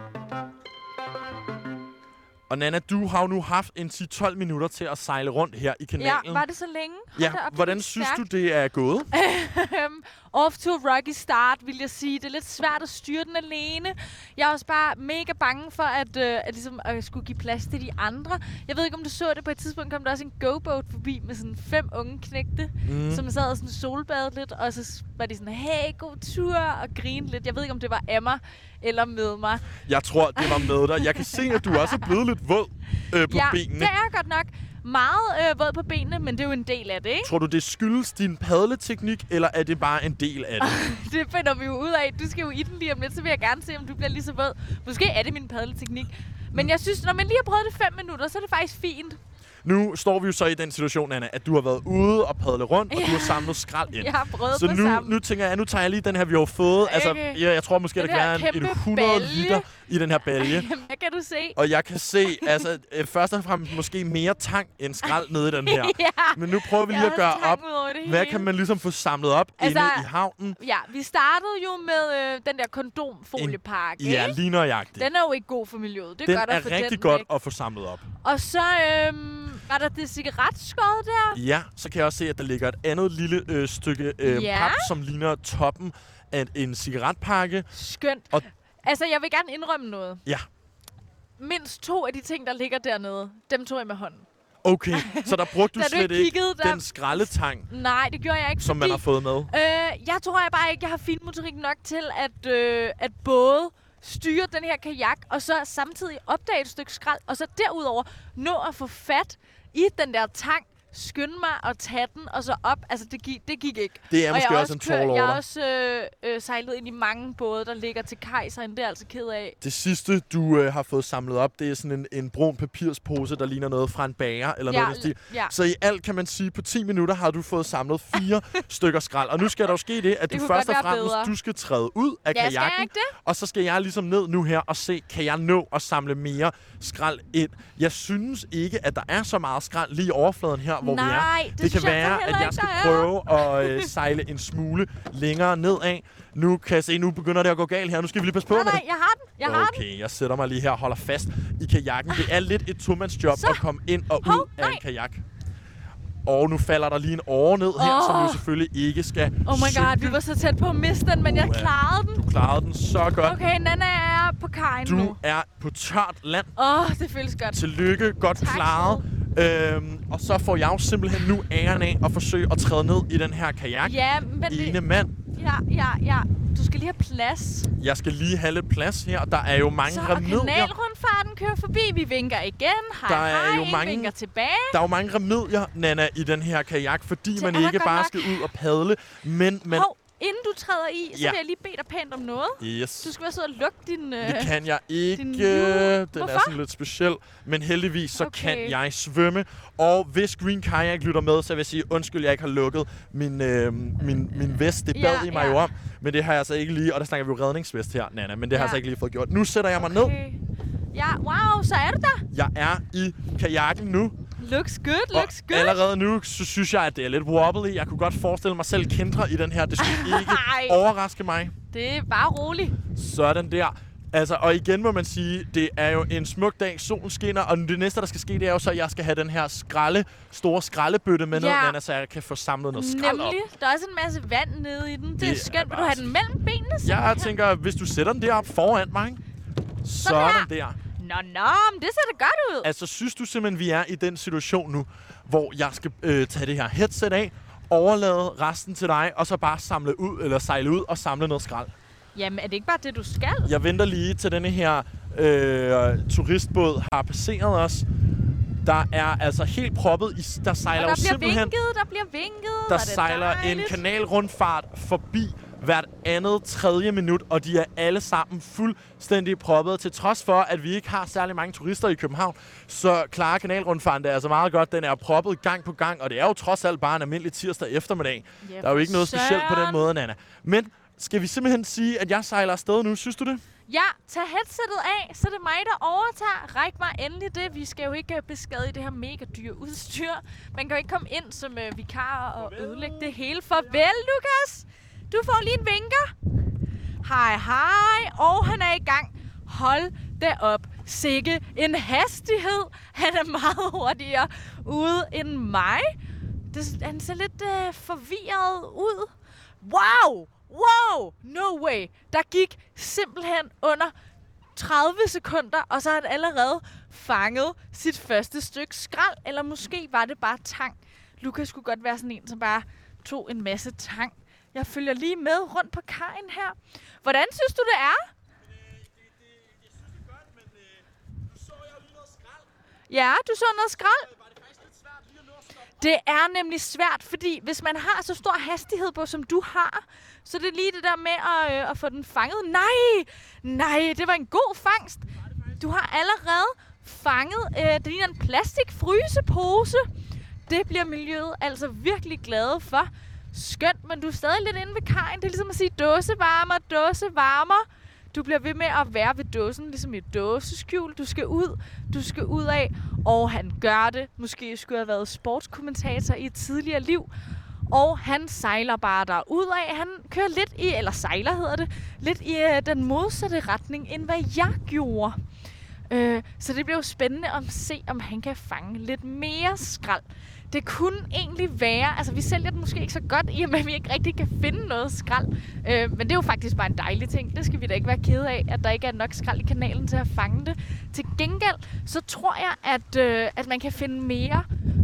Og Nana, du har jo nu haft en ti til tolv minutter til at sejle rundt her i kanalen. Ja, var det så længe? Hold Ja, da op, hvordan det er synes stærkt. du, det er gået? Off to a rocky start, vil jeg sige. Det er lidt svært at styre den alene. Jeg er også bare mega bange for, at, øh, at, ligesom, at jeg skulle give plads til de andre. Jeg ved ikke, om du så det. På et tidspunkt kom der også en go-boat forbi med sådan fem unge knægte, mm. som sad og sådan solbadet lidt, og så var de sådan, hey, god tur, og grinede lidt. Jeg ved ikke, om det var af mig eller med mig. Jeg tror, det var med dig. Jeg kan se, at du også er blevet lidt våd øh, på ja, benene. det er godt nok. Meget øh, våd på benene, men det er jo en del af det, ikke? Tror du, det skyldes din padleteknik, eller er det bare en del af det? Det finder vi jo ud af. Du skal jo i den lige om lidt, så vil jeg gerne se, om du bliver lige så våd. Måske er det min padleteknik. Men jeg synes, når man lige har prøvet det fem minutter, så er det faktisk fint. Nu står vi jo så i den situation, Anna, at du har været ude og padle rundt, og ja. du har samlet skrald ind. Jeg har prøvet så på nu, sammen. nu tænker jeg, nu tager jeg lige den her, vi har fået. Okay. Altså, jeg, jeg tror måske, Den der kan her være en, kæmpe en hundrede balje. liter i den her balje. Hvad kan du se? Og jeg kan se, altså, øh, først og fremmest måske mere tang end skrald nede i den her. Ja. Men nu prøver vi Jeg lige at har gøre også op, tang ud over det hvad hele. kan man ligesom få samlet op Altså, inde i havnen. Ja, vi startede jo med øh, den der kondomfoliepakke, Ja, ikke? lige nøjagtigt. Den er jo ikke god for miljøet. Det er Den godt at er få rigtig den godt væk. at få samlet op. Og så øhm, var der det cigaretskod der. Ja, så kan jeg også se, at der ligger et andet lille øh, stykke øh, Ja. pap, som ligner toppen af en cigaretpakke. Skønt. Og- Altså, jeg vil gerne indrømme noget. Ja, Mindst to af de ting, der ligger dernede, dem tog jeg med hånden. okay. Så der brugte du Da du slet ikke ikke kiggede, der- den skraldetang, Nej, det gjorde jeg ikke, som man fordi... har fået med. Øh, jeg tror jeg bare ikke, jeg har finmotorik nok til at, øh, at både styre den her kajak, og så samtidig opdage et stykke skrald, og så derudover nå at få fat i den der tang, skynde mig at tage den, og så op. Altså, det gik, det gik ikke. Det er Og måske jeg også en kørt- tall Jeg har order. også øh, øh, sejlet ind i mange både, der ligger til kaj, så det er jeg altså ked af. Det sidste, du øh, har fået samlet op, det er sådan en, en brun papirspose, der ligner noget fra en bager, eller Ja, noget af den stil. ja. Så i alt kan man sige, på ti minutter har du fået samlet fire stykker skrald. Og nu skal der jo ske det, at Det du kunne først og godt være fremmest, bedre. du skal træde ud af Ja, skal jeg kajakken. ikke det? Og så skal jeg ligesom ned nu her og se, kan jeg nå at samle mere skrald ind. Jeg synes ikke, at der er så meget skrald lige i overfladen her, hvor vi er. Nej, det Det kan synes jeg være, så at heller jeg ikke, skal der er. prøve at øh, sejle en smule længere nedad. Nu kan jeg se, nu begynder det at gå galt her. Nu skal vi lige passe på Nej, med nej, jeg har den. Jeg har den. Okay, jeg sætter mig lige her og holder fast i kajakken. Det er lidt et tomandsjob Så. at komme ind og ud Hov, af en nej. kajak. Og nu falder der lige en åre ned her, Åh. som jo selvfølgelig ikke skal Oh my god, synke. vi var så tæt på at miste den, men jeg Uha. klarede den. Du klarede den så godt. Okay, Nana er på kajen nu. Du er på tørt land. Åh, oh, det føles godt. Tillykke, godt Tak, klaret. Øhm, og så får jeg jo simpelthen nu æren af at forsøge at træde ned i den her kajak. Ja, men det... Ene mand. Ja, ja, ja. Du skal lige have plads. Jeg skal lige have lidt plads her. Der er jo mange Så og remedier. kanalrundfarten kører forbi. Vi vinker igen. Hej, Der er hej. jo En mange- vinker tilbage. Der er jo mange remedier, Nana, i den her kajak, fordi Det man er der ikke godt bare nok. skal ud og padle, men man... Hov, inden du træder i, så Ja. vil jeg lige bede dig pænt om noget. Yes. Du skal være sød og lukke din... Øh... Det kan jeg ikke. din Den lue. er Hvorfor? sådan lidt speciel. Men heldigvis så Okay. kan jeg svømme. Og hvis Green Kayak lytter med, så vil jeg sige, undskyld, jeg ikke har lukket min, øh, min, min vest. Det bad Ja, I mig ja. jo om. Men det har jeg altså ikke lige. Og der snakker vi jo redningsvest her, Nana. Men det har Ja. jeg altså ikke lige fået gjort. Nu sætter jeg mig ned. Okay. Ja, wow, så er du der. Jeg er i kajakken nu. Looks good, Og looks good. allerede nu, så synes jeg, at det er lidt wobbly. Jeg kunne godt forestille mig selv kendre i den her. Det skulle ikke Ej. overraske mig. Det er bare roligt. Sådan der. Altså, og igen må man sige, det er jo en smuk dag, solen skinner, og det næste, der skal ske, det er jo så, at jeg skal have den her skralde, store skraldebøtte med ned, Ja. Nana, så jeg kan få samlet noget skrald op. Nemlig. Der er også en masse vand nede i den. Det, Det er er skønt. Vil bare du have så- den mellem benene? Jeg simpelthen? tænker, hvis du sætter den derop foran mig, ikke? Sådan her. der. Nå, nå, men det ser da godt ud. Altså, synes du simpelthen, vi er i den situation nu, hvor jeg skal øh, tage det her headset af, overlade resten til dig, og så bare samle ud, eller sejle ud og samle noget skrald? Jamen, er det ikke bare det, du skal? Jeg venter lige til denne her øh, turistbåd har passeret os. Der er altså helt proppet. I, der sejler Og der jo bliver simpelthen... vinket, der bliver vinket. Der og det er sejler en dejligt. kanalrundfart forbi hvert andet tredje minut, og de er alle sammen fuldstændig proppet. Til trods for, at vi ikke har særlig mange turister i København, så klarer kanalrundfarten det altså meget godt. Den er proppet gang på gang, og det er jo trods alt bare en almindelig tirsdag eftermiddag. Ja, Der er jo ikke noget for specielt på den søren. måde, Nana. Men skal vi simpelthen sige, at jeg sejler afsted nu? Synes du det? Ja, tag headsettet af, så er det mig, der overtager. Ræk mig endelig det. Vi skal jo ikke øh, beskadige det her mega dyre udstyr. Man kan jo ikke komme ind som øh, vikar og ødelægge det hele. Farvel, Lukas! Du får lige en vinker. Hej, hej. Og han er i gang. Hold da op. Sikke en hastighed. Han er meget hurtigere ude end mig. Det, han ser lidt øh, forvirret ud. Wow! Wow! No way! Der gik simpelthen under tredive sekunder, og så har han allerede fanget sit første stykke skrald. Eller måske var det bare tang. Lukas skulle godt være sådan en, som bare tog en masse tang. Jeg følger lige med rundt på kajen her. Hvordan synes du, det er? Ja, du så noget skrald? Det er nemlig svært, fordi hvis man har så stor hastighed på, som du har, så er det lige det der med at, øh, at få den fanget. Nej, nej, det var en god fangst. Du har allerede fanget, øh, det ligner en plastikfrysepose. Det bliver miljøet altså virkelig glade for. Skønt, men du er stadig lidt inde ved kajen. Det er ligesom at sige dåsevarmer, dåsevarmer. Du bliver ved med at være ved dåsen, ligesom i et dåseskjul. Du skal ud, du skal ud af, og han gør det. Måske skulle have været sportskommentator i et tidligere liv. Og han sejler bare derudad. Han kører lidt i, eller sejler hedder det, lidt i øh, den modsatte retning, end hvad jeg gjorde. Øh, så det bliver jo spændende at se, om han kan fange lidt mere skrald. Det kunne egentlig være, altså vi sælger den måske ikke så godt, i og med at vi ikke rigtig kan finde noget skrald. Øh, men det er jo faktisk bare en dejlig ting. Det skal vi da ikke være kede af, at der ikke er nok skrald i kanalen til at fange det. Til gengæld, så tror jeg, at, øh, at man kan finde mere,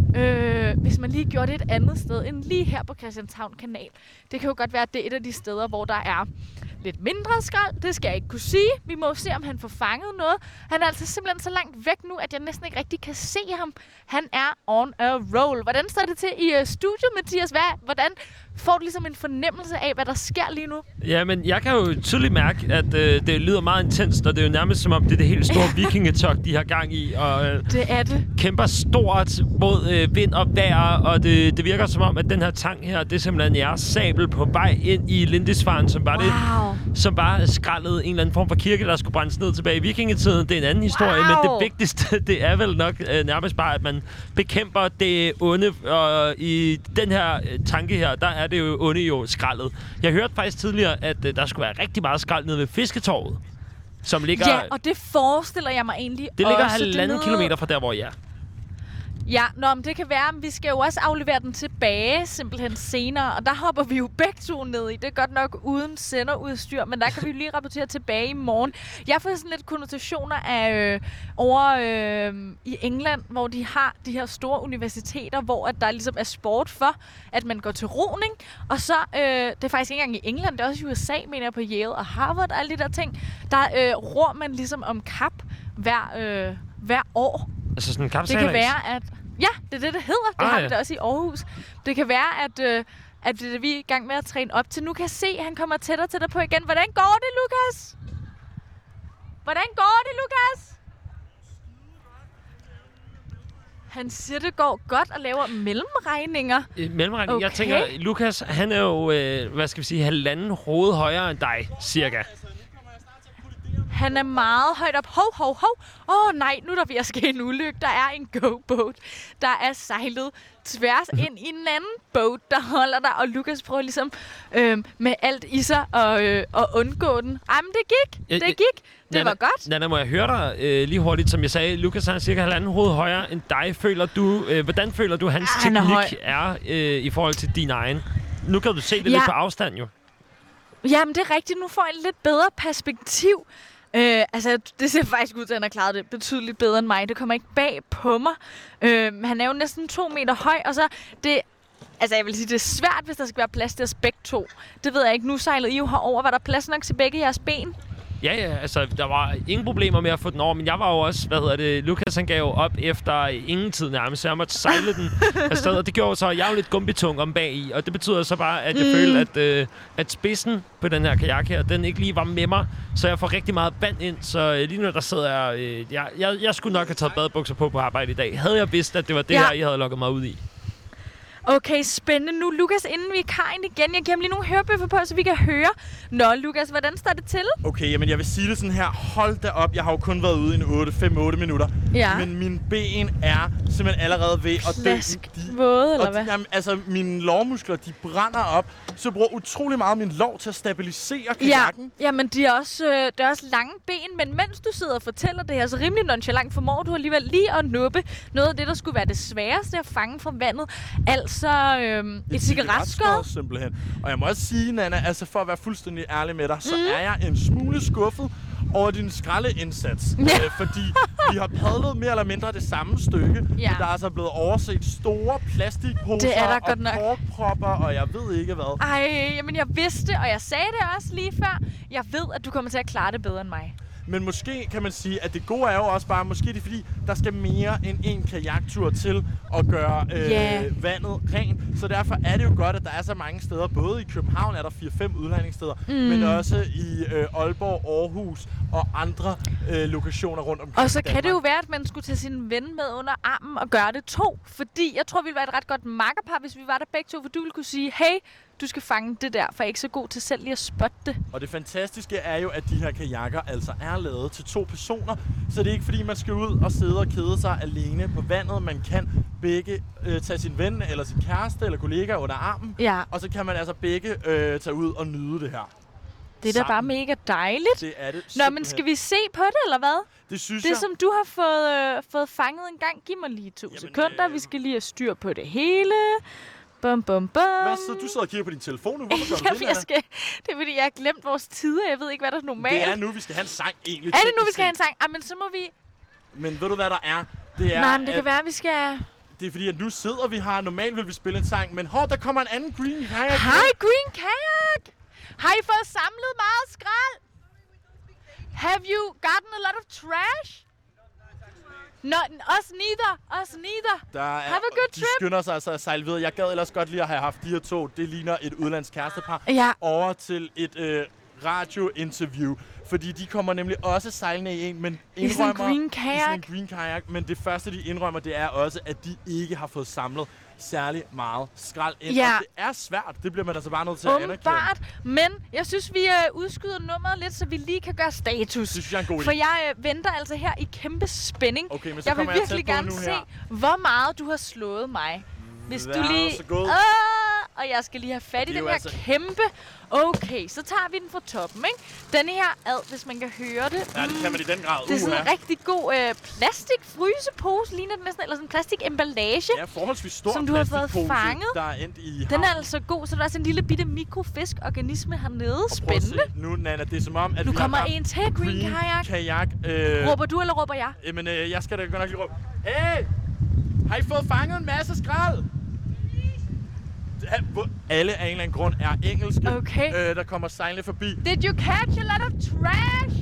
øh, hvis man lige gjorde det et andet sted, end lige her på Christianshavn Kanal. Det kan jo godt være, at det er et af de steder, hvor der er lidt mindre skrald. Det skal jeg ikke kunne sige. Vi må se, om han får fanget noget. Han er altså simpelthen så langt væk nu, at jeg næsten ikke rigtig kan se ham. Han er on a roll. Hvordan står det til i uh, studiet, Mathias? Hvad, hvordan får du ligesom en fornemmelse af, hvad der sker lige nu? Ja, men jeg kan jo tydeligt mærke, at øh, det lyder meget intenst, og det er jo nærmest som om, det er det helt store vikingetog, de har gang i, og øh, Det er det. kæmper stort mod øh, vind og vejr, og det, det virker som om, at den her tang her, det er simpelthen jeres sabel på vej ind i Lindisfarne, som bare, Wow. det, som bare skraldede en eller anden form for kirke, der skulle brændes ned tilbage i vikingetiden. Det er en anden historie, Wow. men det vigtigste, det er vel nok øh, nærmest bare, at man bekæmper det onde, og i den her øh, tanke her, der er det jo onde jo skraldet. Jeg hørte faktisk tidligere, at øh, der skulle være rigtig meget skrald nede ved Fisketorvet, som ligger... Ja, og det forestiller jeg mig egentlig det ligger også. halvanden nede- kilometer fra der, hvor jeg er. Ja, nå, men det kan være, at vi skal jo også aflevere den tilbage simpelthen senere, og der hopper vi jo begge to ned i. Det er godt nok uden senderudstyr, men der kan vi jo lige rapportere tilbage i morgen. Jeg får sådan lidt konnotationer af øh, over øh, i England, hvor de har de her store universiteter, hvor at der ligesom er sport for, at man går til roning, og så, øh, det er faktisk ikke engang i England, det er også i U S A, mener jeg, på Yale og Harvard og alle de der ting, der øh, ror man ligesom om kap hver, øh, hver år. Altså sådan en Det kapsejlads? kan være, at... Ja, det er det, det hedder. Det Ah, har ja. vi da også i Aarhus. Det kan være, at, øh, at det, vi er i gang med at træne op til. Nu kan jeg se, at han kommer tættere til dig på igen. Hvordan går det, Lukas? Hvordan går det, Lukas? Han siger, det går godt og laver mellemregninger. Øh, mellemregning. Okay. Jeg tænker, Lukas, han er jo, øh, hvad skal vi sige, halvanden hoved højere end dig, cirka. Han er meget højt op. Hov, hov, hov. Åh oh, nej, nu er der ved at ske en ulykke. Der er en go-boat, der er sejlet tværs ind i en anden boat, der holder der. Og Lukas prøver ligesom øh, med alt i sig at, øh, at undgå den. Jamen, det gik. Ja, Det ja, gik. Det Nana, var godt. Nana, må jeg høre dig øh, lige hurtigt, som jeg sagde. Lukas er cirka halvanden hoved højere end dig. Føler du, øh, hvordan føler du, hans Ah, han er teknik er, øh, i forhold til din egen? Nu kan du se det Ja. lidt på afstand, jo. Jamen, det er rigtigt. Nu får jeg et lidt bedre perspektiv. Øh, altså, det ser faktisk ud til, at han har klaret det betydeligt bedre end mig. Det kommer ikke bag på mig. Øh, han er jo næsten to meter høj, og så det... Altså, jeg vil sige, det er svært, hvis der skal være plads til os begge to. Det ved jeg ikke. Nu sejlede I jo herover. Var der plads nok til begge jeres ben? Ja, ja, altså, der var ingen problemer med at få den over, men jeg var jo også, hvad hedder det, Lukas han gav jo op efter ingen tid nærmest, så jeg måtte sejle den afsted, og det gjorde så, at jeg var lidt gumbitung om bag i, og det betyder så bare, at jeg mm. følte, at, øh, at spidsen på den her kajak her, den ikke lige var med mig, så jeg får rigtig meget vand ind, så øh, lige nu der sidder jeg, øh, jeg, jeg, jeg skulle nok have taget badebukser på på arbejde i dag, havde jeg vidst, at det var det Ja. her, I havde lukket mig ud i. Okay, spændende. Nu, Lukas, inden vi er kajen igen, jeg giver ham lige nogle hørebøffer på, så vi kan høre. Nå, Lukas, hvordan står det til? Okay, jamen jeg vil sige det sådan her. Hold da op, jeg har jo kun været ude i en fem otte minutter. Ja. Men mine ben er simpelthen allerede ved at dø. Plask De- våde, eller og hvad? de, jamen, altså, mine lårmuskler, de brænder op. Så jeg bruger utrolig meget min lår til at stabilisere Ja, kajakken. jamen de er også, øh, det er også lange ben, men mens du sidder og fortæller det her, så rimelig nonchalant formår du alligevel lige at nuppe noget af det, der skulle være det sværeste at fange fra vandet. Altså øh, et cigaretskod. Simpelthen. Og jeg må også sige, Nana, altså for at være fuldstændig ærlig med dig, så mm. er jeg en smule skuffet over din skraldeindsats. Ja. Øh, fordi vi har padlet mere eller mindre det samme stykke, Ja. men der er altså blevet overset store plastikposer Det er der og godt nok. korkpropper, og jeg ved ikke hvad. Ej, jamen jeg vidste, og jeg sagde det også lige før. Jeg ved, at du kommer til at klare det bedre end mig. Men måske kan man sige, at det gode er jo også bare, måske det er fordi, der skal mere end en kajaktur til at gøre øh, Yeah. vandet rent. Så derfor er det jo godt, at der er så mange steder. Både i København er der fire fem udlejningssteder, mm. men også i øh, Aalborg, Aarhus og andre øh, lokationer rundt omkring. Og så i kan det Danmark. jo være, at man skulle tage sin ven med under armen og gøre det to. Fordi jeg tror, vi ville være et ret godt makkerpar, hvis vi var der begge to. For du ville kunne sige, hey, du skal fange det der, for jeg er ikke så god til selv lige at spotte det. Og det fantastiske er jo, at de her kajakker altså er lavet til to personer. Så det er ikke fordi, man skal ud og sidde og kede sig alene på vandet. Man kan begge øh, tage sin ven eller sin kæreste eller kollega under armen. Ja, Og så kan man altså begge øh, tage ud og nyde det her. det er da bare Sammen. mega dejligt. Det er det Nå, men simpelthen. skal vi se på det, eller hvad? Det synes Det, jeg. som du har fået, øh, fået fanget en gang, giv mig lige to Jamen, sekunder. øh, Vi skal lige have styr på det hele. Bum, bum, bum. Hvad så? Du sidder og kigger på din telefon nu. Hvorfor gør du Jamen, det, jeg Nana? skal, det er fordi, jeg har glemt vores tider. Jeg ved ikke, hvad der er normalt. Det er nu, vi skal have en sang egentlig. Er det nu, vi teknisk skal have en set. sang? Ah, men så må vi... Men ved du, hvad der er? Det er, Nej, men det at, kan være, at vi skal... det er fordi, at nu sidder vi her. Normalt vil vi spille en sang, men hov, der kommer en anden Green Kayak. Hej, Green Kayak! Har I fået samlet meget skrald? Have you gotten a lot of trash? No, us neither. Us neither. Der er, Have a good de trip. skynder sig altså at sejle videre. Jeg gad ellers godt lige at have haft de her to. Det ligner et udlandsk kærestepar. Ja. Over til et øh, radiointerview. Fordi de kommer nemlig også sejlende i en, men I sådan en indrømmer... green I sådan kayak. en green kayak. Men det første, de indrømmer, det er også, at de ikke har fået samlet særlig meget skrald ind. Ja. Og det er svært. Det bliver man altså bare nødt til at anerkende. Åbenbart. Men jeg synes, vi øh, udskyder nummeret lidt, så vi lige kan gøre status. Det synes jeg er en god idé. For jeg øh, venter altså her i kæmpe spænding. Okay, men så Jeg vil kommer jeg virkelig tæt på gerne nu se, her. hvor meget du har slået mig. Hvis Vær du lige... så god. Åh! og jeg skal lige have fat i det er den jo her altså- kæmpe. Okay, så tager vi den fra toppen, ikke? Den her ad, hvis man kan høre det. Ja, det kan man i den grad. Det er sådan en Uha. rigtig god øh, plastikfrysepose, ligner den næsten, eller sådan en plastikemballage. Ja, forholdsvis stor Som du har fået plastikpose, fanget. der er endt i Den er havnen. altså god, så der er sådan en lille bitte mikrofisk-organisme hernede. Og prøv at Spændende. se Nu, Nana, det er som om, at Nu vi kommer har en til, Green Kayak. Kajak. Øh, Råber du, eller råber jeg? Jamen, øh, jeg skal da godt nok lige råbe. Hey! Har I fået fanget en masse skrald? Ja, hvor- alle af en eller anden grund er engelske, Okay. øh, der kommer sejlende forbi. Did you catch a lot of trash?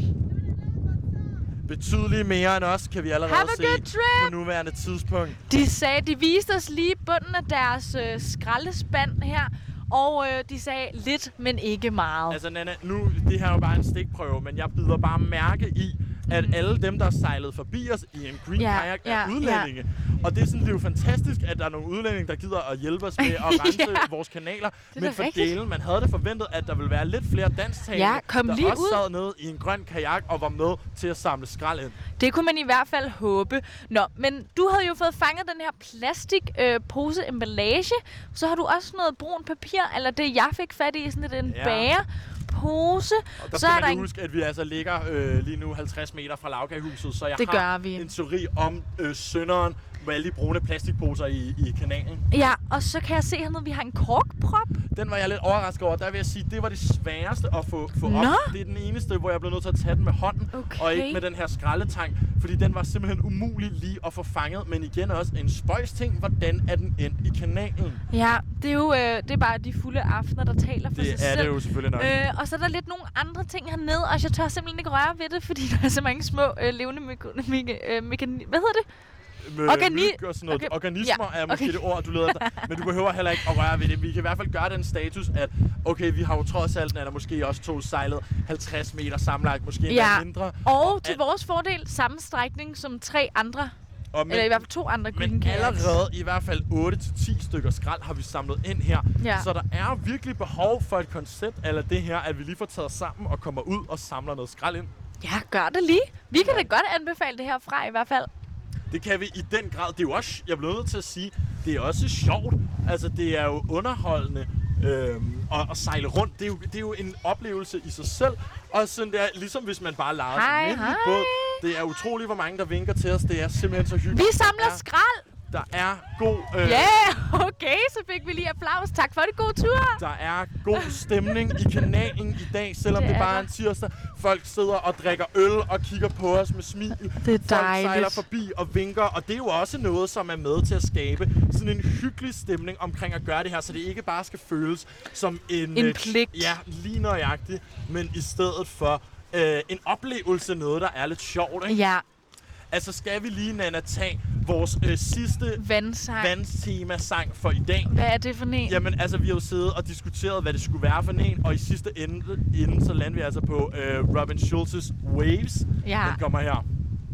Betydeligt mere end os, kan vi allerede Have a se good trip! på nuværende tidspunkt. De sagde, de viste os lige bunden af deres øh, skraldespand her. Og øh, de sagde lidt, men ikke meget. Altså, Nana, nu, det her er jo bare en stikprøve, men jeg bider bare mærke i, at Mhm. alle dem, der er sejlet forbi os i en Green Ja, Kayak, ja, er udlændinge. Og det er, sådan, det er jo fantastisk, at der er nogle udlændinge, der gider at hjælpe os med at rense Ja. vores kanaler. da Men for rigtigt. delen, man havde det forventet, at der ville være lidt flere dansktalende, Ja, kom der lige også ud. sad nede i en grøn kajak og var med til at samle skrald ind. Det kunne man i hvert fald håbe. Nå, men du havde jo fået fanget den her plastikpose øh, pose emballage. Så har du også noget brun papir, eller det jeg fik fat i, sådan lidt en Ja. bærepose. Og der Så skal er man der lige en... huske, at vi altså ligger øh, lige nu halvtreds meter fra lavkagehuset, så jeg Det har gør vi. en teori om øh, synderen med alle de brune plastikposer i, i kanalen. Ja, og så kan jeg se hernede, at vi har en korkprop. Den var jeg lidt overrasket over. Der vil jeg sige, det var det sværeste at få, få op. Nå. Det er den eneste, hvor jeg blev nødt til at tage den med hånden, Okay. og ikke med den her skraldetang, fordi den var simpelthen umulig lige at få fanget. Men igen også en spøjs ting, hvordan er den endt i kanalen? Ja, det er jo øh, det er bare de fulde aftener, der taler for sig Det selv. er det jo selvfølgelig nok. Øh, og så er der lidt nogle andre ting hernede, og jeg tør simpelthen ikke røre ved det, fordi der er så mange små øh, levende meka- meka- øh, mekani- Hvad hedder det? Med organi- myg og sådan noget. okay. Organismer Ja, er måske okay. det ord, du leder efter. Men du behøver heller ikke at røre ved det. Vi kan i hvert fald gøre den status, at okay, vi har jo trods alt, eller måske også to sejlet halvtreds meter sammenlagt, måske endda Ja. mindre. Og til at- vores fordel, samme strækning som tre andre, Og men, eller i hvert fald to andre Green men Kayaks. allerede i hvert fald otte til ti stykker skrald har vi samlet ind her. Ja. Så der er virkelig behov for et koncept eller det her, at vi lige får taget sammen og kommer ud og samler noget skrald ind. Ja, gør det lige. Vi kan da godt anbefale det herfra i hvert fald. Det kan vi i den grad. Det er jo også, jeg bliver nødt til at sige, det er også sjovt. Altså, det er jo underholdende øhm, at, at sejle rundt. Det er, jo, det er jo en oplevelse i sig selv. Og sådan der, ligesom hvis man bare leger Hej, en almindelig hej. båd. Det er utroligt, hvor mange der vinker til os. Det er simpelthen så hyggeligt. Vi samler Der er- skrald! Der er god... Øh, Ja, yeah, okay, så fik vi lige applaus. Tak for det, god tur. Der er god stemning i kanalen i dag, selvom Det det, det er bare er der. en tirsdag. Folk sidder og drikker øl og kigger på os med smil. Det er Folk sejler dejligt. forbi og vinker, og det er jo også noget, som er med til at skabe sådan en hyggelig stemning omkring at gøre det her, så det ikke bare skal føles som en... En øh, pligt. Ja, lige nøjagtigt, men i stedet for øh, en oplevelse, noget, der er lidt sjovt, ikke? Ja, Altså, skal vi lige, Nana, tage vores øh, sidste vandsang. vandtema-sang for i dag? Hvad er det for en? Jamen, altså, vi har jo siddet og diskuteret, hvad det skulle være for en, og i sidste ende, ende så lander vi altså på øh, Robin Schulz's Waves. Ja. Den kommer her.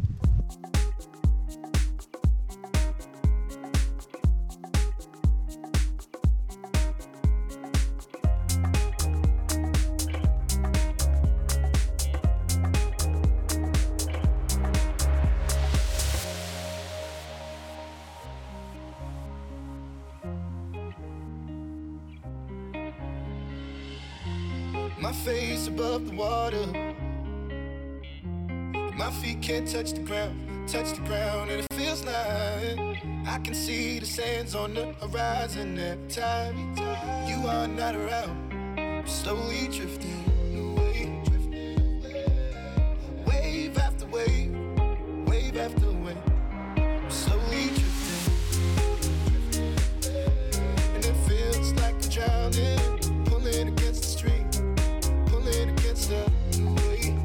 My face above the water. My feet can't touch the ground, touch the ground, and it feels like I can see the sands on the horizon every time you are not around. I'm slowly drifting away, drifting away. Wave after wave, wave after wave. I'm slowly drifting, and it feels like I'm drowning, pulling against the stream. Pulling against the wave,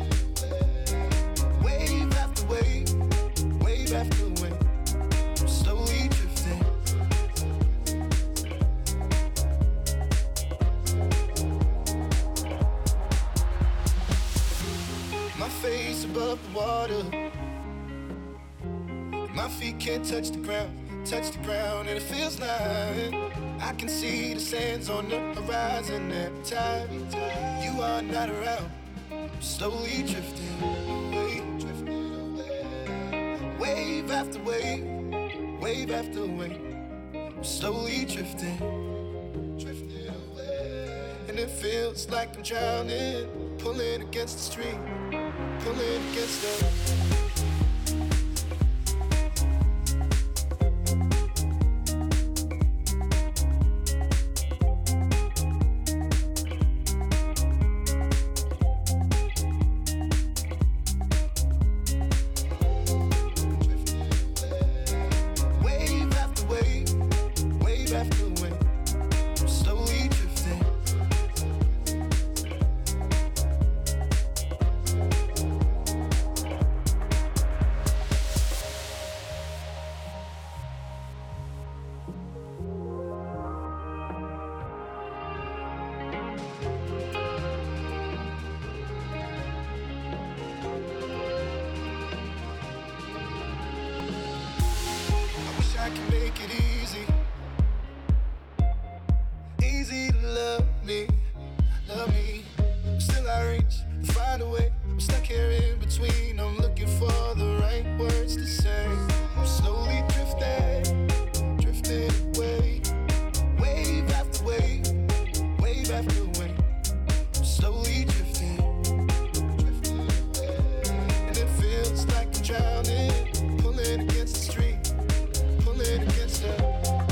wave after wave, wave after wave. I'm slowly drifting. My face above the water. My feet can't touch the ground, touch the ground, and it feels like I can see the sands on the horizon every time you are not around. I'm slowly drifting away, drifting away. Wave after wave, wave after wave. I'm slowly drifting. and it feels like I'm drowning. Pulling against the stream, pulling against the. Wave after wave, wave after wave, I'm slowly drifting. I wish I could make it easy. Easy to love me, love me. But still I reach and find a way. I'm stuck here in between. I'm looking for the right words to say. I'm slowly drifting, drifting away. Wave after wave, wave after wave. I'm slowly drifting, drifting away. And it feels like I'm drowning, pulling against the stream, pulling against the.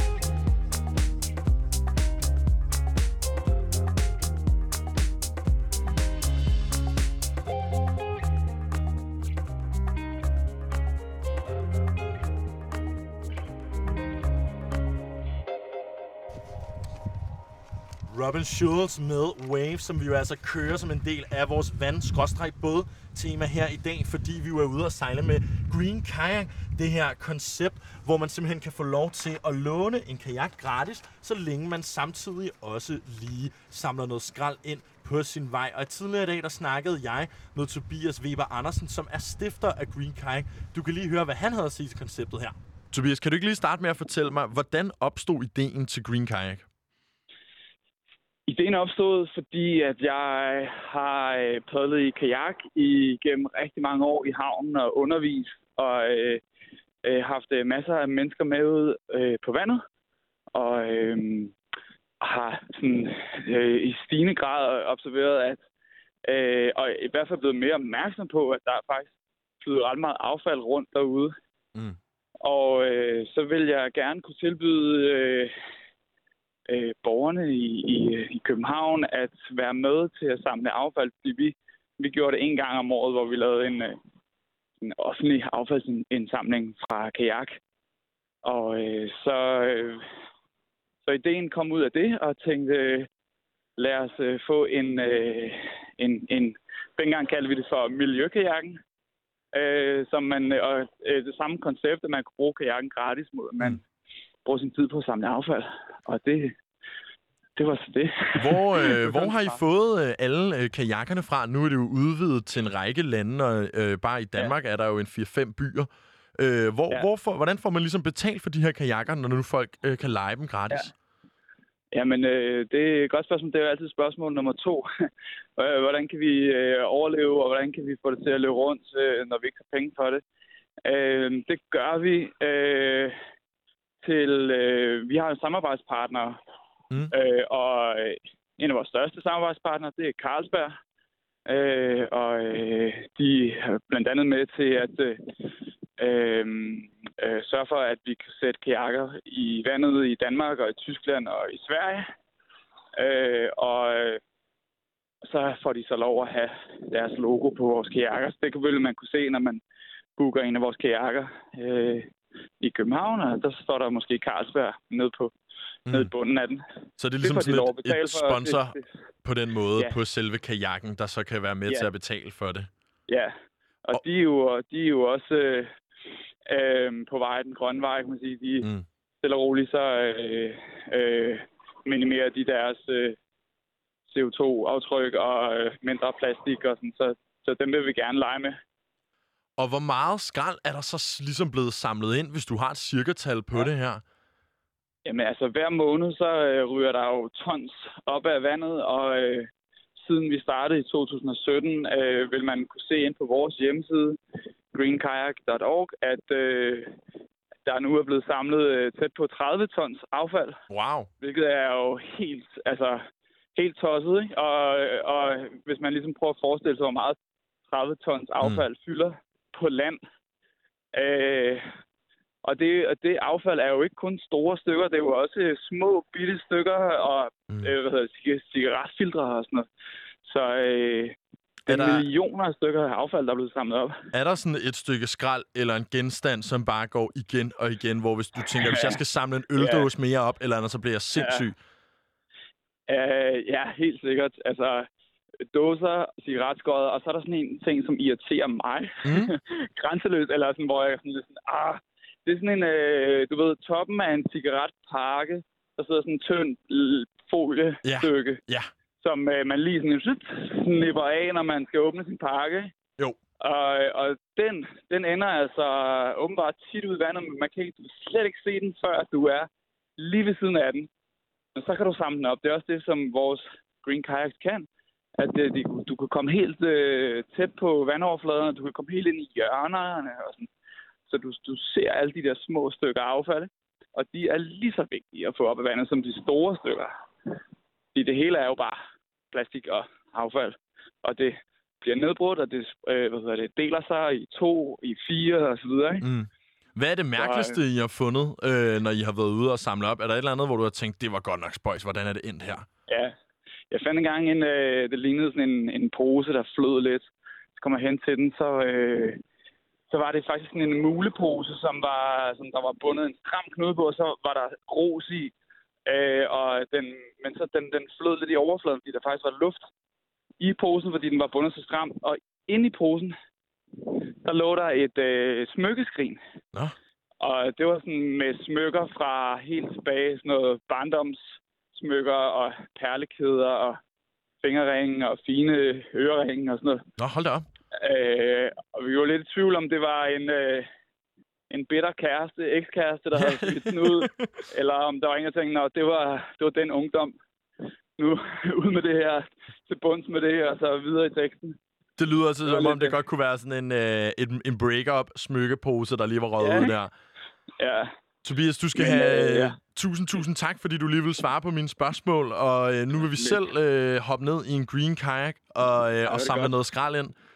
Robin Schulz med Wave, som vi jo altså kører som en del af vores vand-båd-tema her i dag, fordi vi jo er ude og sejle med Green Kayak, det her koncept, hvor man simpelthen kan få lov til at låne en kajak gratis, så længe man samtidig også lige samler noget skrald ind på sin vej. Og tidligere i dag, der snakkede jeg med Tobias Weber Andersen, som er stifter af Green Kayak. Du kan lige høre, hvad han havde at sige til konceptet her. Tobias, kan du ikke lige starte med at fortælle mig, hvordan opstod ideen til Green Kayak? Ideen opstod, fordi at jeg har øh, padlet i kajak igennem rigtig mange år i havnen og undervist, og øh, øh, haft øh, masser af mennesker med ud øh, på vandet, og øh, har sådan, øh, i stigende grad observeret, at øh, og i hvert fald blevet mere opmærksom på, at der er faktisk flyder ret meget affald rundt derude. Mm. Og øh, så vil jeg gerne kunne tilbyde øh, øh, borgerne i, i, i København at være med til at samle affald. Fordi vi, vi gjorde det en gang om året, hvor vi lavede en, øh, en offentlig affaldsindsamling fra kajak. Og øh, så, øh, så ideen kom ud af det, og tænkte, øh, lad os øh, få en, øh, en, en... Dengang kaldte vi det for miljøkajakken. Øh, som man, og øh, det samme koncept, at man kunne bruge kajakken gratis mod, at man mm. bruger sin tid på at samle affald. Og det, det var så det. Hvor, øh, hvor har I fået øh, alle øh, kajakkerne fra? Nu er det jo udvidet til en række lande, og øh, bare i Danmark ja. er der jo en fire fem byer. Øh, hvor, ja. hvorfor, hvordan får man ligesom betalt for de her kajakker, når nu folk øh, kan leje dem gratis? Ja. Jamen, øh, det er et godt spørgsmål. Det er jo altid spørgsmål nummer to. Hvordan kan vi øh, overleve, og hvordan kan vi få det til at løbe rundt, øh, når vi ikke har penge for det? Øh, det gør vi øh, til... Øh, vi har en samarbejdspartner, mm. øh, og en af vores største samarbejdspartnere, det er Carlsberg. Øh, og øh, de er blandt andet med til at øh, øh, øh, sørge for, at vi kan sætte kajakker i vandet i Danmark og i Tyskland og i Sverige. Øh, og øh, så får de så lov at have deres logo på vores kajakker. Så det kan vel man kunne se, når man booker en af vores kajakker øh, i København, og der står der måske Carlsberg nede på mm. nede i bunden af den. Så det er ligesom det sådan et, et sponsor for, det, det, på den måde ja. på selve kajakken, der så kan være med ja. til at betale for det. Ja, og, og de, er jo, de er jo også øh, øh, på vej, den grønne vej, kan man sige. De mm. stille og roligt så øh, øh, minimerer de deres øh, C O to aftryk og øh, mindre plastik og sådan, så, så dem vil vi gerne lege med. Og hvor meget skrald er der så ligesom blevet samlet ind, hvis du har et cirkatal på ja. det her? Jamen altså, hver måned så øh, ryger der jo tons op af vandet, og øh, siden vi startede i to tusind og sytten, øh, vil man kunne se ind på vores hjemmeside, green kayak punktum org, at øh, der nu er blevet samlet øh, tæt på tredive tons affald. Wow. Hvilket er jo helt, altså, helt tosset, ikke? Og, og hvis man ligesom prøver at forestille sig, hvor meget tredive tons affald mm. fylder på land. Øh, og, det, og det affald er jo ikke kun store stykker, det er jo også små, bitte stykker og mm. øh, hvad hedder det, cigaretfiltre og sådan noget. Så øh, det er der... millioner af stykker af affald, der er blevet samlet op. Er der sådan et stykke skrald eller en genstand, som bare går igen og igen, hvor hvis du tænker, ja. hvis jeg skal samle en øldåse mere op, eller andet, så bliver jeg sindssyg? Ja, uh, ja helt sikkert. Altså, dåser, cigaretskåret, og så er der sådan en ting, som irriterer mig. Mm. Grænseløst, eller sådan, hvor jeg sådan lidt sådan, ah, det er sådan en, øh, du ved, toppen af en cigaretpakke, der sidder sådan en tynd foliestykke, ja. Ja. som øh, man lige sådan, sådan snipper af, når man skal åbne sin pakke. Jo. Og, og den, den ender altså åbenbart tit ud i vandet, men man kan ikke, du kan slet ikke se den, før du er lige ved siden af den. Men så kan du samle den op. Det er også det, som vores Green Kayaks kan. At det, det, du kan komme helt øh, tæt på vandoverfladen, og du kan komme helt ind i hjørnerne. Og sådan. Så du, du ser alle de der små stykker affald, og de er lige så vigtige at få op af vandet som de store stykker. Fordi det hele er jo bare plastik og affald, og det bliver nedbrudt, og det, øh, hvad hedder det deler sig i to, i fire og så videre. Ikke? Mm. Hvad er det mærkeligste, I har fundet, øh, når I har været ude og samle op? Er der et eller andet, hvor du har tænkt, det var godt nok spøjs, hvordan er det endt her? Ja, jeg fandt engang en, øh, det lignede sådan en, en pose, der flød lidt. Så kommer jeg hen til den, så, øh, så var det faktisk sådan en mulepose, som, var, som der var bundet en stram knude på, og så var der grus i. Øh, og den, men så den, den flød lidt i overfladen, fordi der faktisk var luft i posen, fordi den var bundet så stramt. Og inde i posen, der lå der et øh, smykkeskrin. Nå. Og det var sådan med smykker fra helt tilbage, sådan noget barndomssmykker og perlekæder og fingerringe og fine øreringe og sådan noget. Nå, hold da op. Øh, og vi var lidt i tvivl om, det var en... Øh, en bitter kæreste, ekskæreste, der havde smidt den ud, eller om der var en, der tænkte, det var, det var den ungdom. Nu ud med det her, til bunds med det her, og så videre i teksten. Det lyder altså, som om det godt kunne være sådan en, øh, en, en break-up smykkepose, der lige var røget ja, ud der. Ja. Tobias, du skal Men, have øh, ja. tusind, tusind tak, fordi du lige vil svare på mine spørgsmål, og øh, nu vil vi selv øh, hoppe ned i en green kayak og, øh, og samle godt. noget skrald ind.